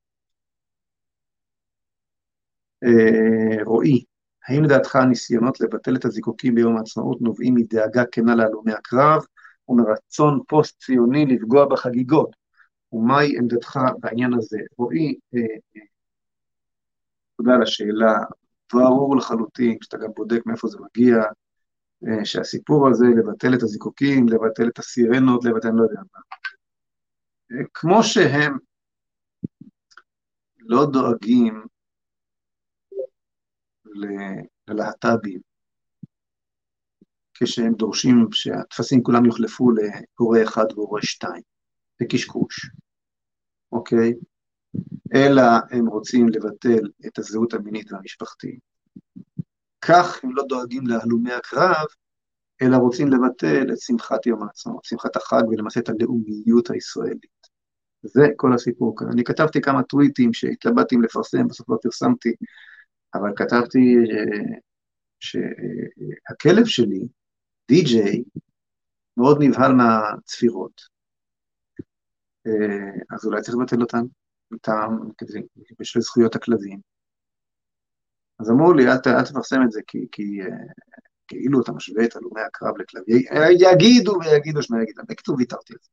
רועי, האם לדעתך הניסיונות לבטל את הזיקוקים ביום העצמאות נובעים מדאגה כנה להלומי הקרב, ומרצון פוסט-ציוני לפגוע בחגיגות? ומהי עמדתך בעניין הזה? רועי, אה, אה, תודה על השאלה, ברור לחלוטין, כשאתה גם בודק מאיפה זה מגיע, אה, שהסיפור הזה, לבטל את הזיקוקים, לבטל את הסירנות, לבטל, אני לא יודע מה. אה, כמו שהם לא דואגים ללהט"בים, כשהם דורשים שהתפסים כולם יוחלפו להורה אחד והורה שתיים, זה קשקוש, אוקיי? אלא הם רוצים לבטל את הזהות המינית והמשפחתית. כך הם לא דואגים להלומי הקרב, אלא רוצים לבטל את שמחת יום העצמאות, שמחת החג, ולמעשה את הלאומיות הישראלית. זה כל הסיפור כאן. אני כתבתי כמה טוויטים שהתלבטתי אם לפרסם, בסוף לא פרסמתי, אבל כתבתי שהכלב שלי, די-ג'יי, מאוד נבהל מהצפירות. אז אולי צריך לבטל אותן, מטעם, בשביל זכויות הכלבים. אז אמרו לי, אל, אל תפרסם את זה, כי, כי כאילו אתה משווה את הלומי הקרב לכלבים, יגידו ויגידו שמה יגידו, בקיצור ויתרתי את זה.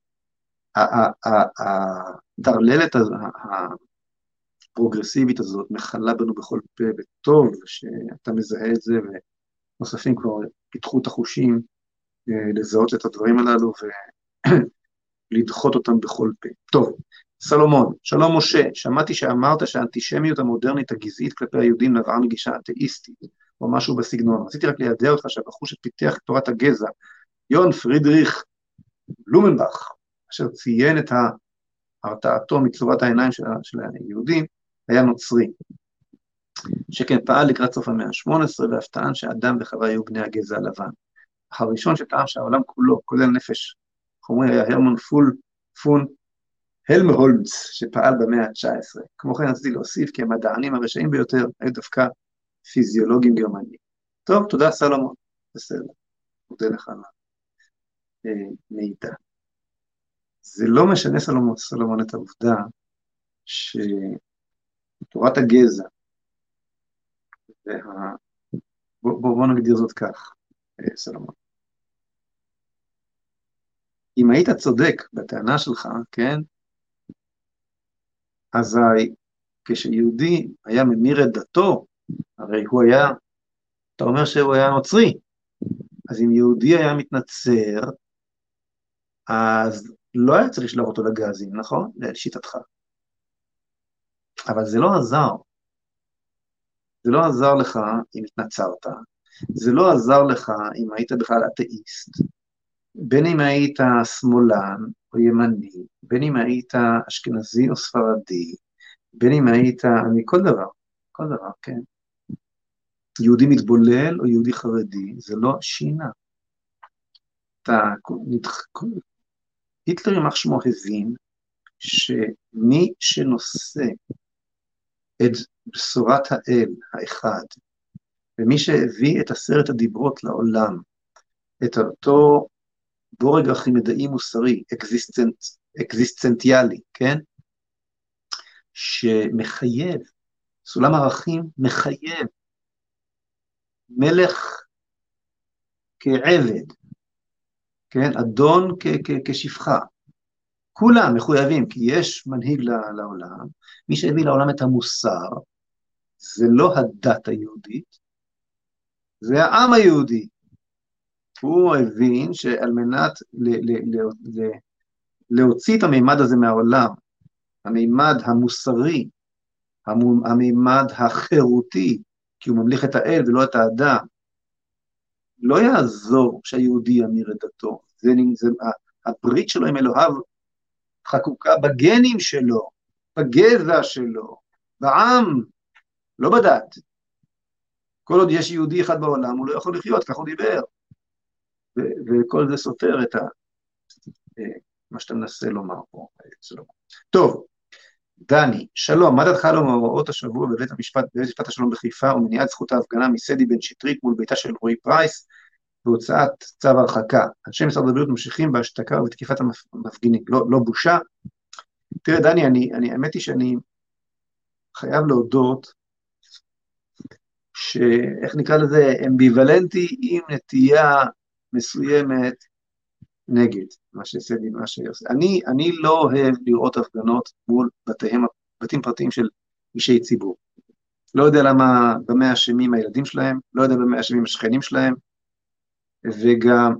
הדרללת הפרוגרסיבית הזאת מחלה בנו בכל פה, וטוב שאתה מזהה את זה, ונוספים כבר פיתחו את החושים לזהות את הדברים הללו, ולדחות אותם בכל פה. טוב, סלומון, שלום משה, שמעתי שאמרת שהאנטישמיות המודרנית הגזעית כלפי היהודים נבעה מגישה אתאיסטית, או משהו בסגנון. רציתי רק לידע אותך שהבחור שפיתח את תורת הגזע, יון פרידריך בלומנבך, אשר ציין את הרתעתו מצורת העיניים של, של היהודים, היה נוצרי, שכן פעל לקראת סוף המאה ה-שמונה עשרה, ואף טען שאדם וחווה היו בני הגזע הלבן. הראשון שטען שהעולם כולו, כולל נפש, חומרי היה הרמן פול, פון הלמהולץ, שפעל במאה ה-תשע עשרה. כמו כן רציתי להוסיף כי המדענים הרשעים ביותר היו דווקא פיזיולוגים גרמנים. טוב, תודה סלומון. בסדר, מודה לך על המידע. זה לא משנה סלומון, סלומון את העובדה שתורת הגזע, וה... בוא, בוא, בוא נגדיר זאת כך, סלומון. אם היית צודק בטענה שלך, כן, אזי כשיהודי היה ממיר את דתו, הרי הוא היה, אתה אומר שהוא היה נוצרי, אז אם יהודי היה מתנצר, אז לא היה צריך לשלוח אותו לגזים, נכון? לשיטתך. אבל זה לא עזר. זה לא עזר לך אם התנצרת, זה לא עזר לך אם היית בכלל אתאיסט, בין אם היית שמאלן או ימני, בין אם היית אשכנזי או ספרדי, בין אם היית, אני כל דבר, כל דבר, כן. יהודי מתבולל או יהודי חרדי, זה לא שינה. אתה, היטלר ימח שמו הבין, שמי שנושא את בשורת האל האחד, ומי שהביא את עשרת הדיברות לעולם, את אותו בורג ארכימדעי מוסרי, אקזיסטנט, אקזיסטנטיאלי, כן? שמחייב, סולם ערכים מחייב, מלך כעבד, כן? אדון כשפחה, כולם מחויבים, כי יש מנהיג לעולם, מי שהביא לעולם את המוסר, זה לא הדת היהודית, זה העם היהודי. הוא הבין שעל מנת ל- ל- ל- ל- להוציא את המימד הזה מהעולם, המימד המוסרי, המימד החירותי, כי הוא ממליך את האל ולא את האדם, לא יעזור שהיהודי ימיר את דתו, זה, זה, הברית שלו עם אלוהיו חקוקה בגנים שלו, בגזע שלו, בעם, לא בדת. כל עוד יש יהודי אחד בעולם, הוא לא יכול לחיות, כך הוא דיבר. ו- וכל זה סותר את ה- מה שאתה מנסה לומר פה. טוב, דני, שלום, מה דעתך על מאורעות השבוע בבית המשפט, בבית משפט השלום בחיפה, ומניעת זכות ההפגנה מסדי בן שטרית מול ביתה של רועי פרייס, והוצאת צו הרחקה. אנשי משרד הבריאות ממשיכים בהשתקה ובתקיפת המפגינים, לא, לא בושה. תראה, דני, אני, אני, האמת היא שאני חייב להודות, שאיך נקרא לזה, אמביוולנטי עם נטייה מסוימת נגד מה שסדי, מה שעושה. אני, אני לא אוהב לראות הפגנות מול בתיהם, בתים פרטיים של אישי ציבור. לא יודע למה במה אשמים הילדים שלהם, לא יודע במה אשמים השכנים שלהם, וגם,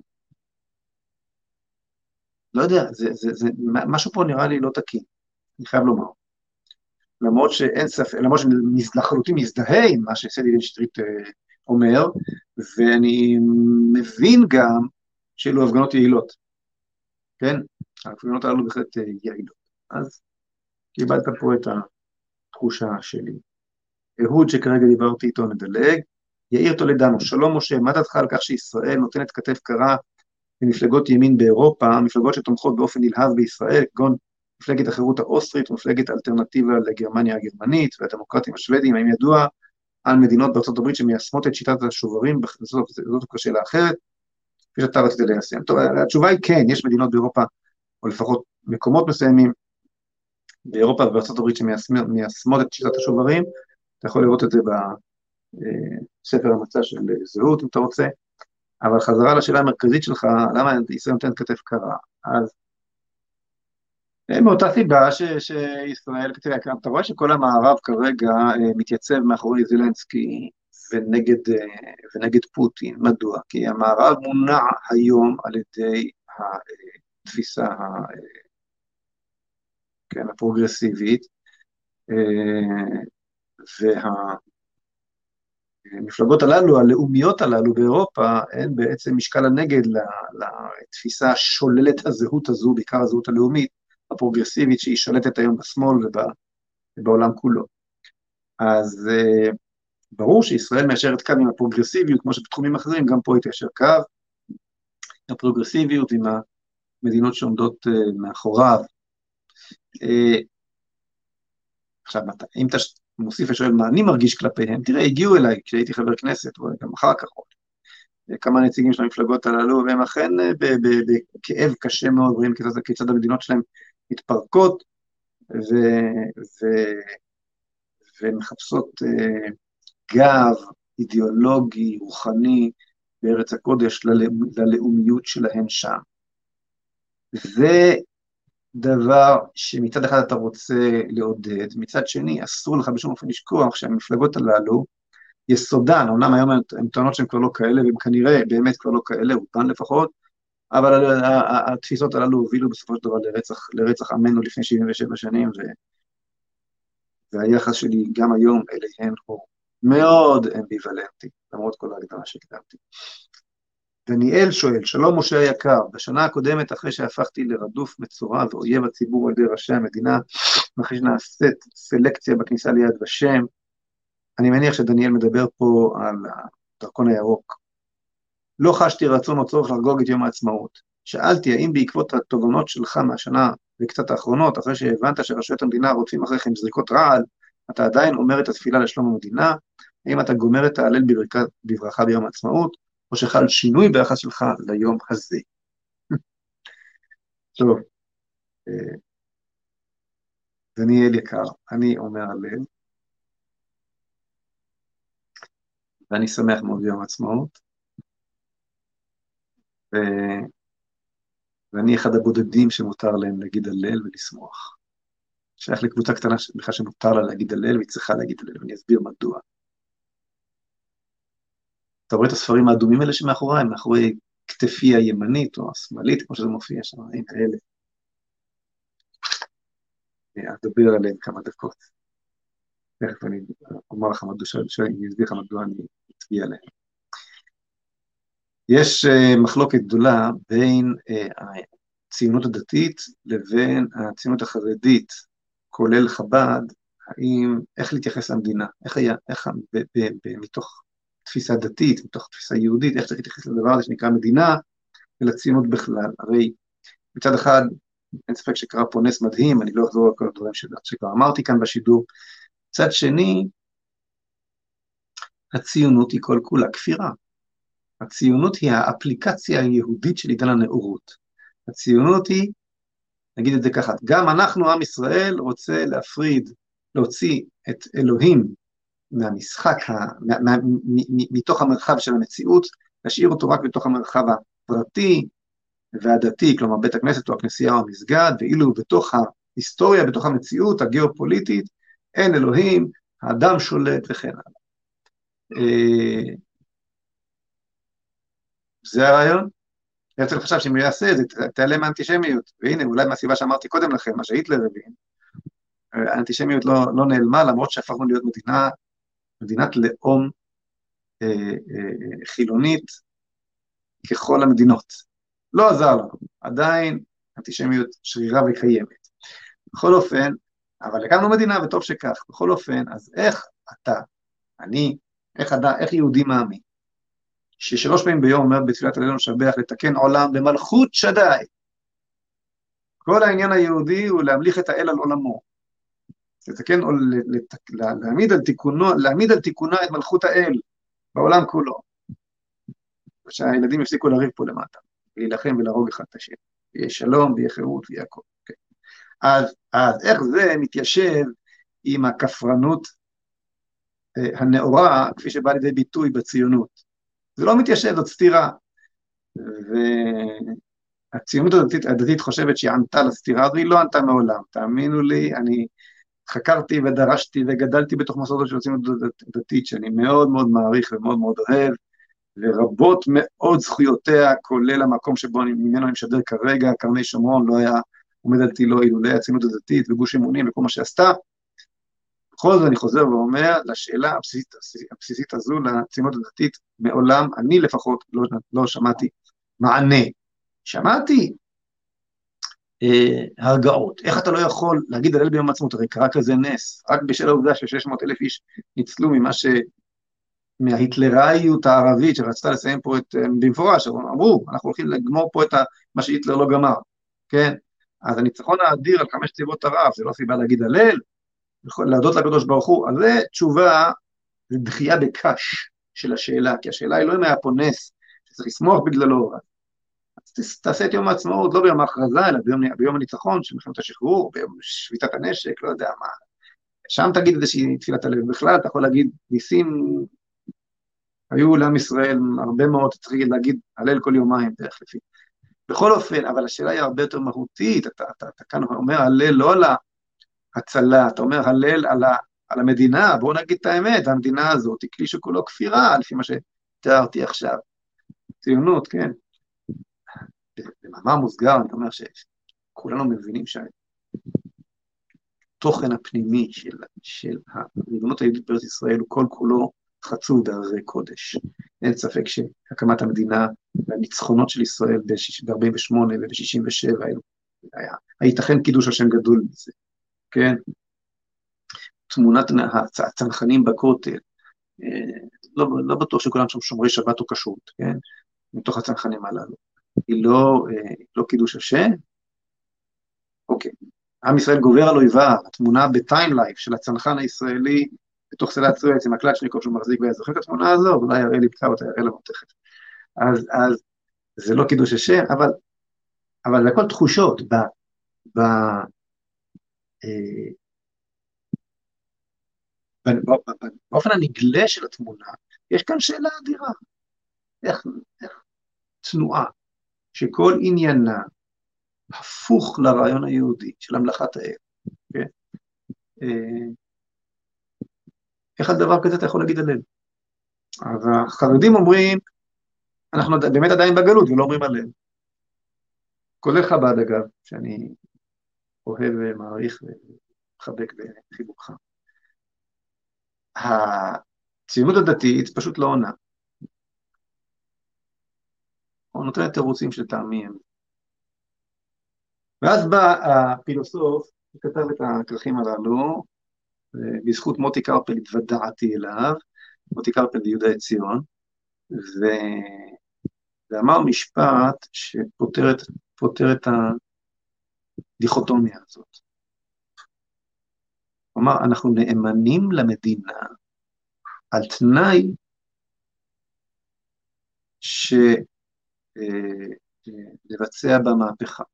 לא יודע, זה, זה, זה, משהו פה נראה לי לא תקין, אני חייב לומר. למרות שאין ספק, למרות שלחלוטין מזדהה עם מה שסדי בן שטרית אומר, ואני מבין גם שאלו הפגנות יעילות, כן? ההפגנות הללו בהחלט יעילות. אז קיבלת פה את התחושה שלי. אהוד שכרגע דיברתי איתו נדלג, יאיר תולדנו, שלום משה, מה דעתך על כך שישראל נותנת כתף קרה למפלגות ימין באירופה, מפלגות שתומכות באופן נלהב בישראל, כגון מפלגת החירות האוסטרית ומפלגת אלטרנטיבה לגרמניה הגרמנית והדמוקרטים השוודים, האם ידוע על מדינות בארצות הברית שמיישמות את שיטת השוברים, זאת, זאת שאלה אחרת, כפי שאתה רצית ליישם. טוב, התשובה היא כן, יש מדינות באירופה, או לפחות מקומות מסוימים, באירופה ובארצות הברית שמיישמות את שיטת השוברים, אתה יכול לראות את זה בספר המצע של זהות, אם אתה רוצה, אבל חזרה לשאלה המרכזית שלך, למה ישראל נותנת כתף קרה? אז מאותה סיבה ש, שישראל, תראה, אתה רואה שכל המערב כרגע מתייצב מאחורי זלנסקי ונגד, ונגד פוטין. מדוע? כי המערב מונע היום על ידי התפיסה כן, הפרוגרסיבית, והמפלגות הללו, הלאומיות הללו באירופה, הן בעצם משקל הנגד לתפיסה שוללת הזהות הזו, בעיקר הזהות הלאומית, הפרוגרסיבית שהיא שולטת היום בשמאל ובעולם כולו. אז uh, ברור שישראל מאשרת קו עם הפרוגרסיביות, כמו שבתחומים אחרים, גם פה היא תאשר קו, הפרוגרסיביות עם המדינות שעומדות uh, מאחוריו, עכשיו, אם אתה מוסיף ושואל מה אני מרגיש כלפיהם, תראה, הגיעו אליי כשהייתי חבר כנסת, וגם אחר כך עוד, כמה נציגים של המפלגות הללו, והם אכן בכאב קשה מאוד, רואים כיצד המדינות שלהם מתפרקות, ומחפשות גב אידיאולוגי, רוחני, בארץ הקודש, ללאומיות שלהם שם. זה דבר שמצד אחד אתה רוצה לעודד, מצד שני אסור לך בשום אופן לשכוח שהמפלגות הללו, יסודן, אומנם היום הן טוענות שהן כבר לא כאלה, והן כנראה באמת כבר לא כאלה, רובן לפחות, אבל התפיסות הללו הובילו בסופו של דבר לרצח, לרצח עמנו לפני שבעים ושבע שנים, ו... והיחס שלי גם היום אליהן הוא מאוד אמביוולנטי, למרות כל ההקדמה שקדמתי. דניאל שואל, שלום משה היקר, בשנה הקודמת אחרי שהפכתי לרדוף מצורע ואויב הציבור על ידי ראשי המדינה, אחרי שנעשית סלקציה בכניסה ליד ושם, אני מניח שדניאל מדבר פה על הדרכון הירוק. לא חשתי רצון או צורך לחגוג את יום העצמאות. שאלתי, האם בעקבות התובנות שלך מהשנה וקצת האחרונות, אחרי שהבנת שרשויות המדינה רודפים אחריכם זריקות רעל, אתה עדיין אומר את התפילה לשלום המדינה? האם אתה גומר את ההלל בברכה ביום העצמאות, או שחל שינוי ביחס שלך ליום הזה? טוב, דניאל יקר, אני אומר הלל, ואני שמח מאוד ביום העצמאות, ו... ואני אחד הבודדים שמותר להם להגיד הלל ולשמוח. שייך לקבוצה קטנה בכלל שמותר לה להגיד הלל, והיא צריכה להגיד הלל, ואני אסביר מדוע. אתה רואה את הספרים האדומים האלה שמאחוריי, מאחורי כתפי הימנית או השמאלית, כמו שזה מופיע שם, הנה האלה. אני אדבר עליהם כמה דקות. תכף אני אומר לך מדוע, שאני אסביר לך מדוע אני אצביע עליהם. יש uh, מחלוקת גדולה בין uh, הציונות הדתית לבין הציונות החרדית, כולל חב"ד, האם, איך להתייחס למדינה, איך היה, איך, ב, ב, ב, מתוך תפיסה דתית, מתוך תפיסה יהודית, איך צריך להתייחס לדבר הזה שנקרא מדינה, ולציונות בכלל. הרי מצד אחד, אין ספק שקרה פה נס מדהים, אני לא אחזור על כל הדברים שכבר אמרתי כאן בשידור, מצד שני, הציונות היא כל כולה כפירה. הציונות היא האפליקציה היהודית של עידן הנאורות. הציונות היא, נגיד את זה ככה, גם אנחנו, עם ישראל, רוצה להפריד, להוציא את אלוהים מהמשחק, מה, מה, מתוך המרחב של המציאות, להשאיר אותו רק בתוך המרחב הפרטי והדתי, כלומר בית הכנסת או הכנסייה או המסגד, ואילו בתוך ההיסטוריה, בתוך המציאות הגיאופוליטית, אין אלוהים, האדם שולט וכן הלאה. זה הרעיון. הרצל חשב שאם הוא יעשה את זה, תעלה מהאנטישמיות, והנה, אולי מהסיבה שאמרתי קודם לכם, מה שהיטלר הבין, האנטישמיות לא, לא נעלמה, למרות שהפכנו להיות מדינה, מדינת לאום אה, אה, חילונית, ככל המדינות. לא עזר לנו, עדיין אנטישמיות שרירה וקיימת. בכל אופן, אבל הקמנו מדינה, וטוב שכך, בכל אופן, אז איך אתה, אני, איך, אתה, איך יהודי מאמין, ששלוש פעמים ביום אומר בתפילת הלל ושבח לתקן עולם במלכות שדי. כל העניין היהודי הוא להמליך את האל על עולמו. לתקן, להעמיד על תיקונו, להעמיד על תיקונה את מלכות האל בעולם כולו. שהילדים יפסיקו לריב פה למטה, להילחם ולהרוג אחד את השני. יהיה שלום ויהיה חירות ויהיה הכל. Okay. אז, אז איך זה מתיישב עם הכפרנות אה, הנאורה, כפי שבא לידי ביטוי בציונות? זה לא מתיישב, זאת סתירה. והציונות הדתית, הדתית חושבת שהיא ענתה לסתירה, אז היא לא ענתה מעולם. תאמינו לי, אני חקרתי ודרשתי וגדלתי בתוך מסורת של הציונות הדתית, שאני מאוד מאוד מעריך ומאוד מאוד אוהב, ורבות מאוד זכויותיה, כולל המקום שבו אני, ממנו אני משדר כרגע, קרני שומרון לא היה עומד על תילו אילולא הציונות הדתית וגוש אמונים וכל מה שעשתה. בכל זאת אני חוזר ואומר, לשאלה הבסיסית, הבסיסית הזו, לציונות הדתית, מעולם, אני לפחות לא, לא שמעתי מענה. שמעתי אה, הרגעות. איך אתה לא יכול להגיד הלל ביום העצמאות? הרי קרה כזה נס, רק בשל העובדה ש-שש מאות אלף איש ניצלו ממה ש... מההיטלראיות הערבית שרצתה לסיים פה את, במפורש, אמרו, אנחנו הולכים לגמור פה את ה, מה שהיטלר לא גמר, כן? אז הניצחון האדיר על חמש צבאות ערב, זה לא סיבה להגיד הלל, להודות לקדוש ברוך הוא, אז זה תשובה, זה דחייה בקש של השאלה, כי השאלה היא לא אם היה פה נס, שצריך לשמוח בגללו, אז תעשה את יום העצמאות, לא ביום ההכרזה, אלא ביום, ביום הניצחון, של מלחמת השחרור, ביום שביתת הנשק, לא יודע מה, שם תגיד איזושהי תפילת הלב, בכלל אתה יכול להגיד, ניסים, היו לעם ישראל הרבה מאוד, צריך להגיד הלל כל יומיים, דרך לפי. בכל אופן, אבל השאלה היא הרבה יותר מהותית, אתה, אתה, אתה כאן אומר הלל לא על ההצלה, אתה אומר הלל על, ה, על המדינה, בואו נגיד את האמת, המדינה הזאת היא כלי שכולו כפירה, לפי מה שתיארתי עכשיו, ציונות, כן. במאמר מוסגר, אני אומר שכולנו מבינים שהתוכן הפנימי של, של הריבונות היהודית בארץ ישראל הוא כל כולו חצוב בהררי קודש. אין ספק שהקמת המדינה והניצחונות של ישראל ב-ארבעים ושמונה וב-שישים ושבע, היה, הייתכן קידוש השם גדול מזה, כן? תמונת הצנחנים בכותל, לא, לא בטוח שכולם שם שומרי שבת או כשרות, כן? מתוך הצנחנים הללו. היא לא, לא קידוש השם? אוקיי. עם ישראל גובר על אויביו, התמונה בטיימלייף של הצנחן הישראלי, בתוך סלט סואץ עם הקלצ'ניקוב שהוא מחזיק ביד, זוכר את התמונה הזו? אולי יראה לי בקע אותה, יראה לנו תכף. אז, אז זה לא קידוש השם, אבל, אבל זה הכל תחושות, ב, ב, אה, באופן הנגלה של התמונה, יש כאן שאלה אדירה. איך, איך תנועה, שכל עניינה הפוך לרעיון היהודי, של המלאכת האל, כן? אה, איך על דבר כזה אתה יכול להגיד הלל? אז החרדים אומרים, אנחנו באמת עדיין בגלות, ולא אומרים הלל. כולל חב"ד אגב, שאני אוהב ומעריך ומחבק בחיבוקך. הציונות הדתית פשוט לא עונה. הוא נותן תירוצים של טעמים. ואז בא הפילוסוף, שכתב את הכרכים הללו, בזכות מוטי קרפל התוודעתי אליו, מוטי קרפל ביהודה ציון, ו... ואמר משפט שפותר את, פותר את הדיכוטומיה הזאת. הוא אמר, אנחנו נאמנים למדינה על תנאי שלבצע במהפכה.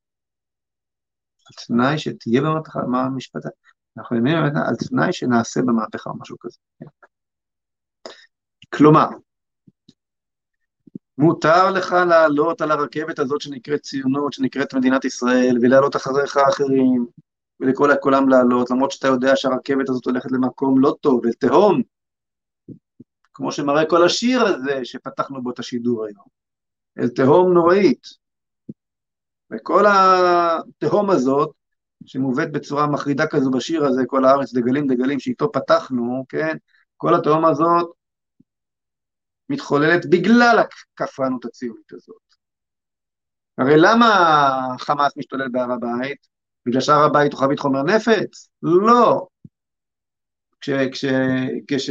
על תנאי שתהיה במהפכה, מה המשפט? אנחנו נאמנים למדינה על תנאי שנעשה במהפכה או משהו כזה. כלומר, מותר לך לעלות על הרכבת הזאת שנקראת ציונות, שנקראת מדינת ישראל, ולעלות אחריך האחרים, ולכל כולם לעלות, למרות שאתה יודע שהרכבת הזאת הולכת למקום לא טוב, אל תהום, כמו שמראה כל השיר הזה שפתחנו בו את השידור היום, אל תהום נוראית. וכל התהום הזאת, שמובאת בצורה מחרידה כזו בשיר הזה, כל הארץ דגלים דגלים שאיתו פתחנו, כן? כל התהום הזאת מתחוללת בגלל הכפרנות הציונית הזאת. הרי למה חמאס משתולל בהר הבית? בגלל שהר הבית הוא חבית חומר נפץ? לא. כש, כש, כש,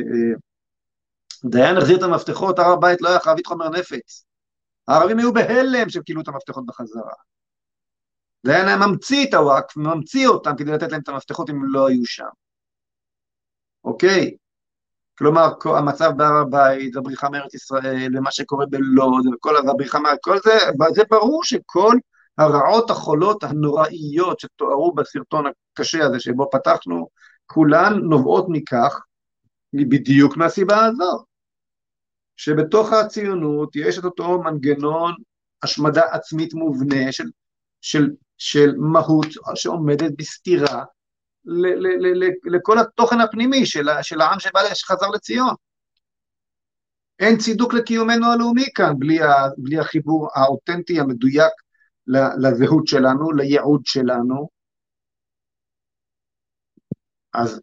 דיין החזיר את המפתחות, הר הבית לא היה חבית חומר נפץ. הערבים היו בהלם שהם קילו את המפתחות בחזרה. דיין היה ממציא את הוואקף, ממציא אותם כדי לתת להם את המפתחות אם הם לא היו שם. אוקיי? כלומר, המצב בהר הבית, הבריחה מארץ ישראל, ומה שקורה בלוד, וכל הבריחה מה... כל זה, זה ברור שכל הרעות החולות הנוראיות שתוארו בסרטון הקשה הזה שבו פתחנו, כולן נובעות מכך, בדיוק מהסיבה הזו, שבתוך הציונות יש את אותו מנגנון השמדה עצמית מובנה של, של, של מהות שעומדת בסתירה, ל- ל- ל- לכל התוכן הפנימי של, של העם שבא שחזר לציון. אין צידוק לקיומנו הלאומי כאן, בלי, ה, בלי החיבור האותנטי המדויק לזהות שלנו, לייעוד שלנו. אז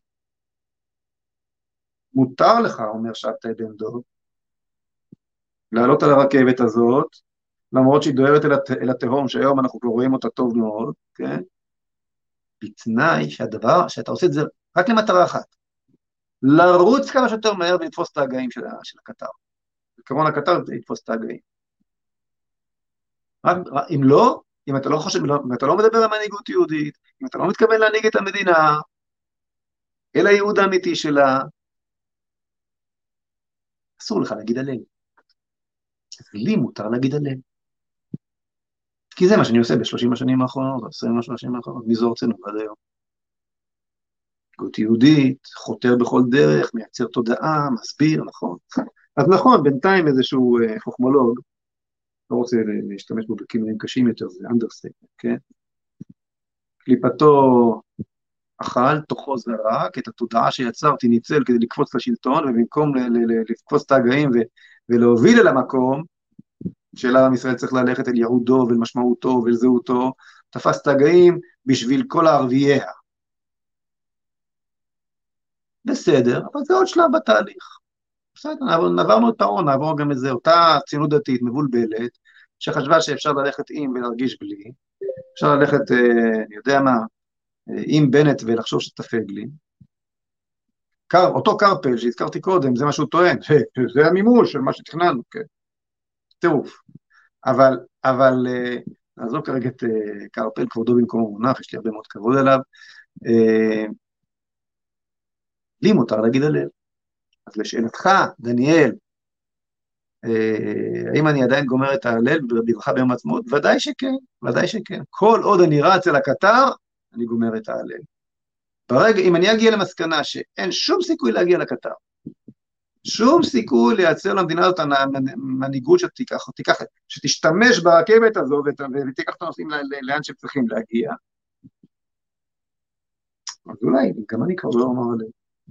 מותר לך, אומר שבתאי בן דב, לעלות על הרכבת הזאת, למרות שהיא דוהרת אל, הת, אל התהום, שהיום אנחנו כבר רואים אותה טוב מאוד, כן? בתנאי שהדבר, שאתה עושה את זה רק למטרה אחת, לרוץ כמה שיותר מהר ולתפוס את ההגאים של, של הקטר. כמובן הקטר יתפוס את ההגאים. אם לא, אם אתה לא חושב, אם אתה לא מדבר על מנהיגות יהודית, אם אתה לא מתכוון להנהיג את המדינה, אל הייעוד האמיתי שלה, אסור לך להגיד הלל. אז לי מותר להגיד הלל. כי זה מה שאני עושה ב-שלושים השנים האחרונות, או עשרים השנים האחרונות, מזו ארצנו ועד היום. מנהיגות יהודית, חותר בכל דרך, מייצר תודעה, מסביר, נכון. אז נכון, בינתיים איזשהו אה, חוכמולוג, לא רוצה להשתמש בו בכינויים קשים יותר, זה אנדרסטייטמנט, כן? קליפתו אכל, תוכו זרק, את התודעה שיצרתי ניצל כדי לקפוץ לשלטון, ובמקום ל- ל- ל- לקפוץ את ההגאים ו- ולהוביל אל המקום, שאליו עם ישראל צריך ללכת אל יהודו ואל משמעותו ואל זהותו, תפס את ההגאים בשביל כל הערבייה. בסדר, אבל זה עוד שלב בתהליך. בסדר, נעברנו את פרעה, נעבור גם את זה, אותה ציונות דתית מבולבלת, שחשבה שאפשר ללכת עם ולהרגיש בלי, אפשר ללכת, אה, אני יודע מה, אה, עם בנט ולחשוב שאתה פייגלין. קר, אותו קרפל שהזכרתי קודם, זה מה שהוא טוען, זה המימוש של מה שתכננו, כן, טירוף. אבל, אבל, אה, נעזוב כרגע את אה, קרפל, כבודו במקומו מונח, יש לי הרבה מאוד כבוד עליו, אה, לי מותר להגיד הלל. אז לשאלתך, דניאל, אה, האם אני עדיין גומר את ההלל בברכה ביום העצמאות? ודאי שכן, ודאי שכן. כל עוד אני רץ אל הקטר, אני גומר את ההלל. ברגע, אם אני אגיע למסקנה שאין שום סיכוי להגיע לקטר, שום סיכוי לייצר למדינה הזאת מנהיגות שתיקח, תיקח, שתשתמש ברכבת הזו ותיקח את הנושאים לאן שהם צריכים להגיע, אז אולי גם אני כבר לא אומר עליהם.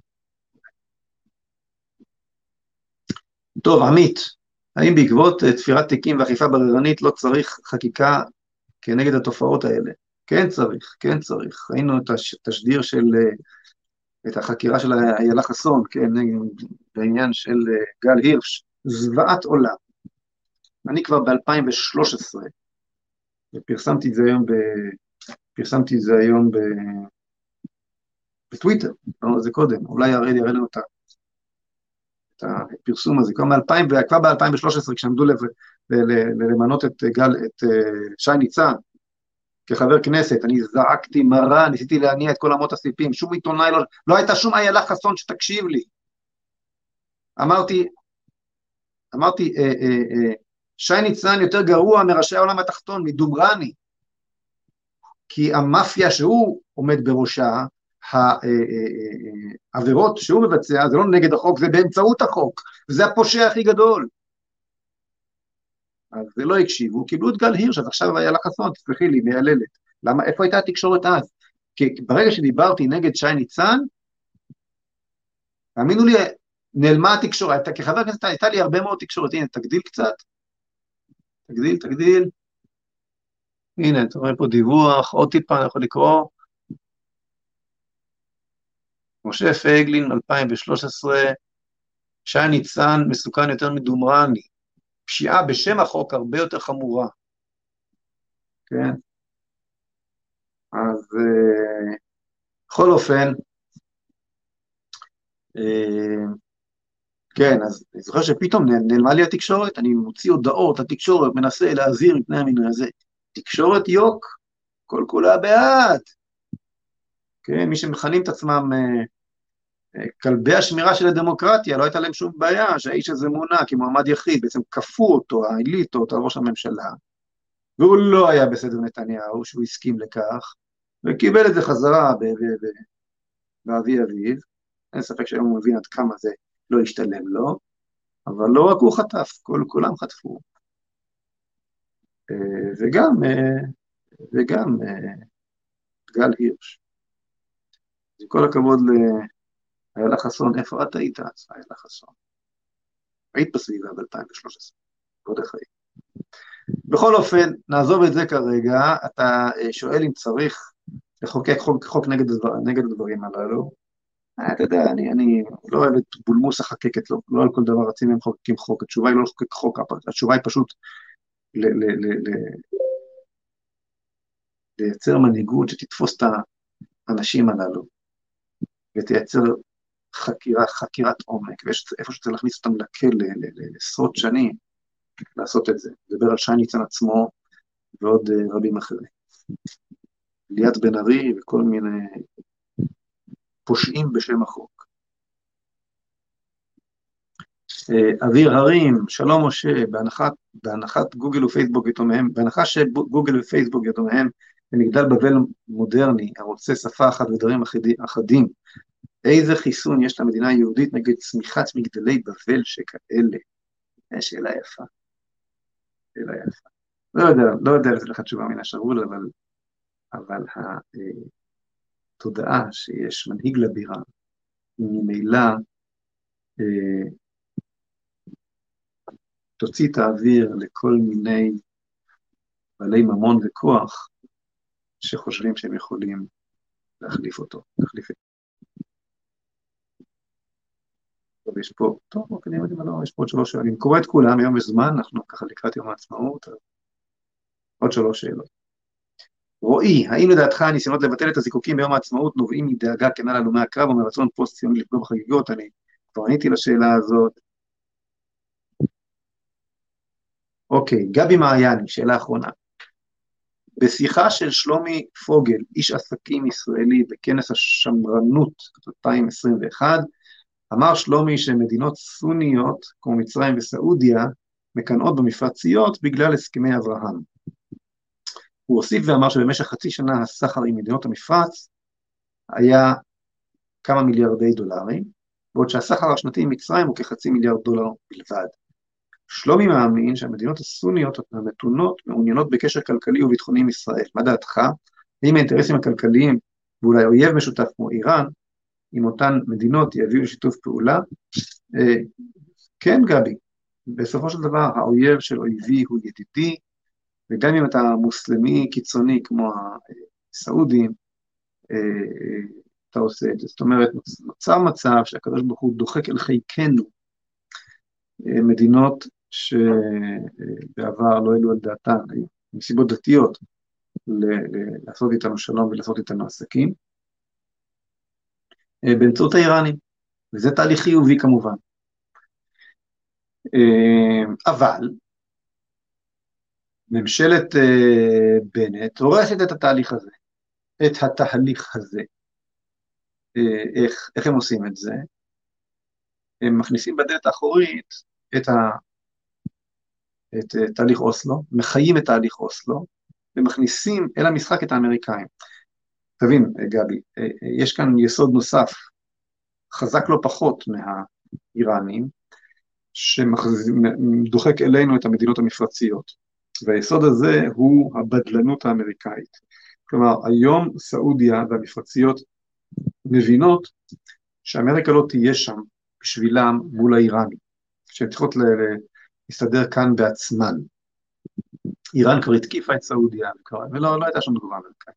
טוב, עמית, האם בעקבות תפירת תיקים ואכיפה בררנית לא צריך חקיקה כנגד התופעות האלה? כן צריך, כן צריך. ראינו את התשדיר של, את החקירה של איילה חסון, כן, בעניין של גל הירש, זוועת עולם. אני כבר ב-אלפיים ושלוש עשרה, ופרסמתי את זה היום ב... פרסמתי את זה היום ב... בטוויטר, אמרנו את זה קודם, אולי ירד יראה לנו את הפרסום הזה, כבר ב-אלפיים ושלוש עשרה, כשעמדו למנות את גל, את שי ניצן, כחבר כנסת, אני זעקתי מרה, ניסיתי להניע את כל אמות הסיפים, שום עיתונאי, לא, לא הייתה שום איילה חסון שתקשיב לי. אמרתי, אמרתי, אה, אה, אה, שי ניצן יותר גרוע מראשי העולם התחתון, מדומרני, כי המאפיה שהוא עומד בראשה, העבירות שהוא מבצע, זה לא נגד החוק, זה באמצעות החוק, וזה הפושע הכי גדול. אז זה לא הקשיבו, קיבלו את גל הירש, אז עכשיו היה לה חסון, תסלחי לי, מייללת. למה, איפה הייתה התקשורת אז? כי ברגע שדיברתי נגד שי ניצן, תאמינו לי, נעלמה התקשורת, כחבר הכנסת הייתה לי הרבה מאוד תקשורת, הנה, תגדיל קצת, תגדיל, תגדיל, הנה, אתה רואה פה דיווח, עוד טיפה, אני יכול לקרוא, משה פייגלין, אלפיים ושלוש עשרה, שי ניצן מסוכן יותר מדומרני, פשיעה בשם החוק הרבה יותר חמורה, כן? אז uh, בכל אופן, uh, כן, אז אני זוכר שפתאום נעלמה לי התקשורת, אני מוציא הודעות, התקשורת מנסה להזהיר מפני המינוי הזה, תקשורת יוק, כל כולה בעד, כן, מי שמכנים את עצמם uh, uh, כלבי השמירה של הדמוקרטיה, לא הייתה להם שום בעיה שהאיש הזה מונה כמועמד יחיד, בעצם כפו אותו, העילית אותו על ראש הממשלה, והוא לא היה בסדר נתניהו, שהוא הסכים לכך, וקיבל את זה חזרה באבי אביב, אין ספק שהיום הוא מבין עד כמה זה לא ישתלם לו, אבל לא רק הוא חטף, כל, כולם חטפו. וגם, וגם גל הירש. עם כל הכבוד לאיילה חסון, איפה את היית אז, איילה חסון? היית בסביבה ב-אלפיים ושלוש עשרה, עוד איך היית. בכל אופן, נעזוב את זה כרגע, אתה שואל אם צריך לחוקק חוק, חוק נגד, הדבר, נגד הדברים הללו, אתה יודע, אני, אני לא אוהב את בולמוס החקקת, לא, לא על כל דבר רצים הם חוקקים חוק, התשובה היא לא לחוקק חוק, התשובה היא פשוט ל, ל, ל, ל, לייצר מנהיגות שתתפוס את האנשים הללו, ותייצר חקירה, חקירת עומק, ואיפה שצריך להכניס אותם לכלא לעשרות שנים, לעשות את זה, לדבר על שי ניצן עצמו, ועוד אה, רבים אחרים. ליאת בן ארי וכל מיני פושעים בשם החוק. אה, אוויר הרים, שלום משה, בהנחת, בהנחת גוגל ופייסבוק יתומיהם, בהנחה שגוגל ופייסבוק יתומיהם במגדל בבל מודרני, הרוצה שפה אחת ודברים אחדים, איזה חיסון יש למדינה היהודית נגד צמיחת מגדלי בבל שכאלה? שאלה יפה. שאלה יפה. לא יודע, לא יודע לזה לך תשובה מן השרוול, אבל, אבל התודעה שיש מנהיג לבירה, ממילא אה, תוציא את האוויר לכל מיני בעלי ממון וכוח, שחושבים שהם יכולים להחליף אותו, להחליף את טוב, יש פה, טוב, אוקיי, אני יודעים, לא, יש פה עוד שלוש שאלות, אני קורא את כולם, היום יש זמן, אנחנו ככה לקראת יום העצמאות, עוד שלוש שאלות. רועי, האם לדעתך הניסיונות לבטל את הזיקוקים ביום העצמאות נובעים מדאגה כנה להלומי הקרב או מרצון פוסט-ציוני לפגוע בחגיגות? אני כבר עניתי לשאלה הזאת. אוקיי, גבי מעייני, שאלה אחרונה. בשיחה של שלומי פוגל, איש עסקים ישראלי בכנס השמרנות אלפיים עשרים ואחת, אמר שלומי שמדינות סוניות, כמו מצרים וסעודיה, מקנאות במפרציות בגלל הסכמי אברהם. הוא הוסיף ואמר שבמשך חצי שנה הסחר עם מדינות המפרץ היה כמה מיליארדי דולרים, בעוד שהסחר השנתי עם מצרים הוא כחצי מיליארד דולר בלבד. שלומי מאמין שהמדינות הסוניות המתונות מעוניינות בקשר כלכלי וביטחוני עם ישראל. מה דעתך? האם האינטרסים הכלכליים ואולי אויב משותף כמו איראן, אם אותן מדינות יביאו לשיתוף פעולה? אה, כן, גבי, בסופו של דבר האויב של אויבי הוא ידידי, וגם אם אתה מוסלמי קיצוני כמו הסעודים, אה, אה, אתה עושה את זה. זאת אומרת, נוצר מצב שהקדוש ברוך הוא דוחק אל חיקנו אה, מדינות שבעבר לא העלו על דעתן, מסיבות דתיות, ל- ל- לעשות איתנו שלום ולעשות איתנו עסקים, אה, באמצעות האיראנים, וזה תהליך חיובי כמובן. אה, אבל, ממשלת אה, בנט הורסת את התהליך הזה, את התהליך הזה. אה, איך, איך הם עושים את זה? הם מכניסים בדלת האחורית את, ה, את אה, תהליך אוסלו, מחיים את תהליך אוסלו, ומכניסים אל המשחק את האמריקאים. תבין, גבי, אה, אה, יש כאן יסוד נוסף, חזק לא פחות מהאיראנים, שדוחק אלינו את המדינות המפרציות. והיסוד הזה הוא הבדלנות האמריקאית. כלומר, היום סעודיה והמפרציות מבינות שאמריקה לא תהיה שם בשבילם מול האיראנים, שהן צריכות להסתדר כאן בעצמן. איראן כבר התקיפה את סעודיה, ולא לא הייתה שם תגובה אמריקאית.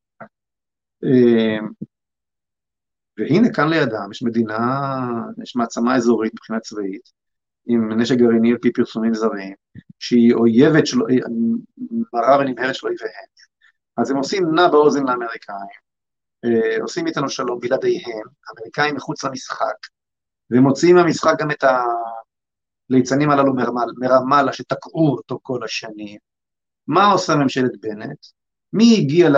והנה כאן לידם יש מדינה, יש מעצמה אזורית מבחינה צבאית, עם נשק גרעיני על פי פרסומים זרים, שהיא אויבת שלו, מרה ונמהרת של אויביהם. אז הם עושים נע באוזן לאמריקאים, עושים איתנו שלום בלעדיהם, האמריקאים מחוץ למשחק, ומוציאים מהמשחק גם את הליצנים הללו מרמאללה שתקעו אותו כל השנים. מה עושה ממשלת בנט? מי הגיע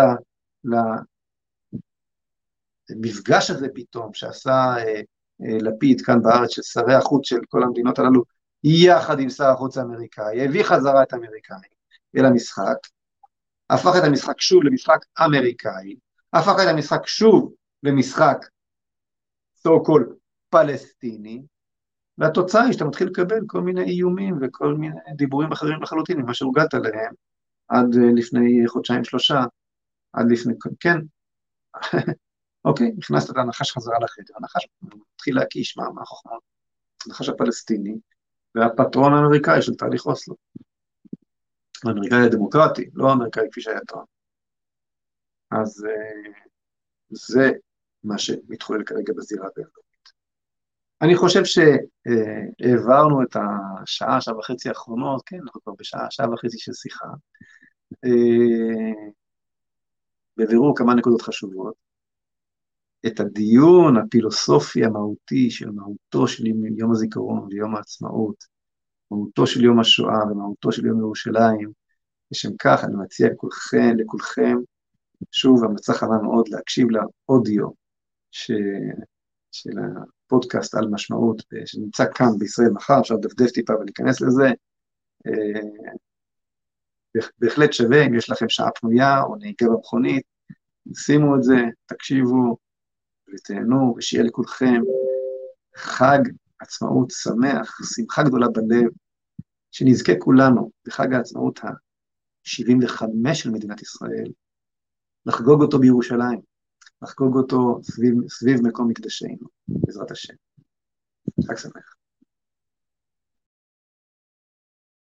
למפגש הזה פתאום, שעשה לפיד כאן בארץ של שרי החוץ של כל המדינות הללו, יחד עם שר החוץ האמריקאי, הביא חזרה את האמריקאים אל המשחק, הפך את המשחק שוב למשחק אמריקאי, הפך את המשחק שוב למשחק so called פלסטיני, והתוצאה היא שאתה מתחיל לקבל כל מיני איומים וכל מיני דיבורים אחרים לחלוטין, ממה שהורגלת עליהם עד לפני חודשיים שלושה, עד לפני, כן, אוקיי, נכנסת את הנחש חזרה לחדר, הנחש מתחיל להקיש מה, מה החוכמה, הנחש הפלסטיני, והפטרון האמריקאי של תהליך אוסלו. האמריקאי הדמוקרטי, לא האמריקאי כפי שהיה טראמפ. אז זה מה שמתחולל כרגע בזירה הבינלאומית. אני חושב שהעברנו את השעה, שעה וחצי האחרונות, כן, אנחנו כבר בשעה, שעה וחצי של שיחה, בבירור כמה נקודות חשובות. את הדיון הפילוסופי המהותי של מהותו של יום הזיכרון ויום העצמאות, מהותו של יום השואה ומהותו של יום ירושלים, לשם כך אני מציע לכולכם, לכולכם, שוב, המלצה חמה מאוד להקשיב לאודיו ש... של הפודקאסט על משמעות, שנמצא כאן בישראל מחר, אפשר לדפדף טיפה ולהיכנס לזה, בהחלט שווה, אם יש לכם שעה פנויה או נהיגה במכונית, שימו את זה, תקשיבו ותהנו, ושיהיה לכולכם חג עצמאות שמח, שמחה גדולה בלב, שנזכה כולנו בחג העצמאות ה-שבעים וחמש של מדינת ישראל, לחגוג אותו בירושלים, לחגוג אותו סביב, סביב מקום מקדשנו, בעזרת השם. חג שמח.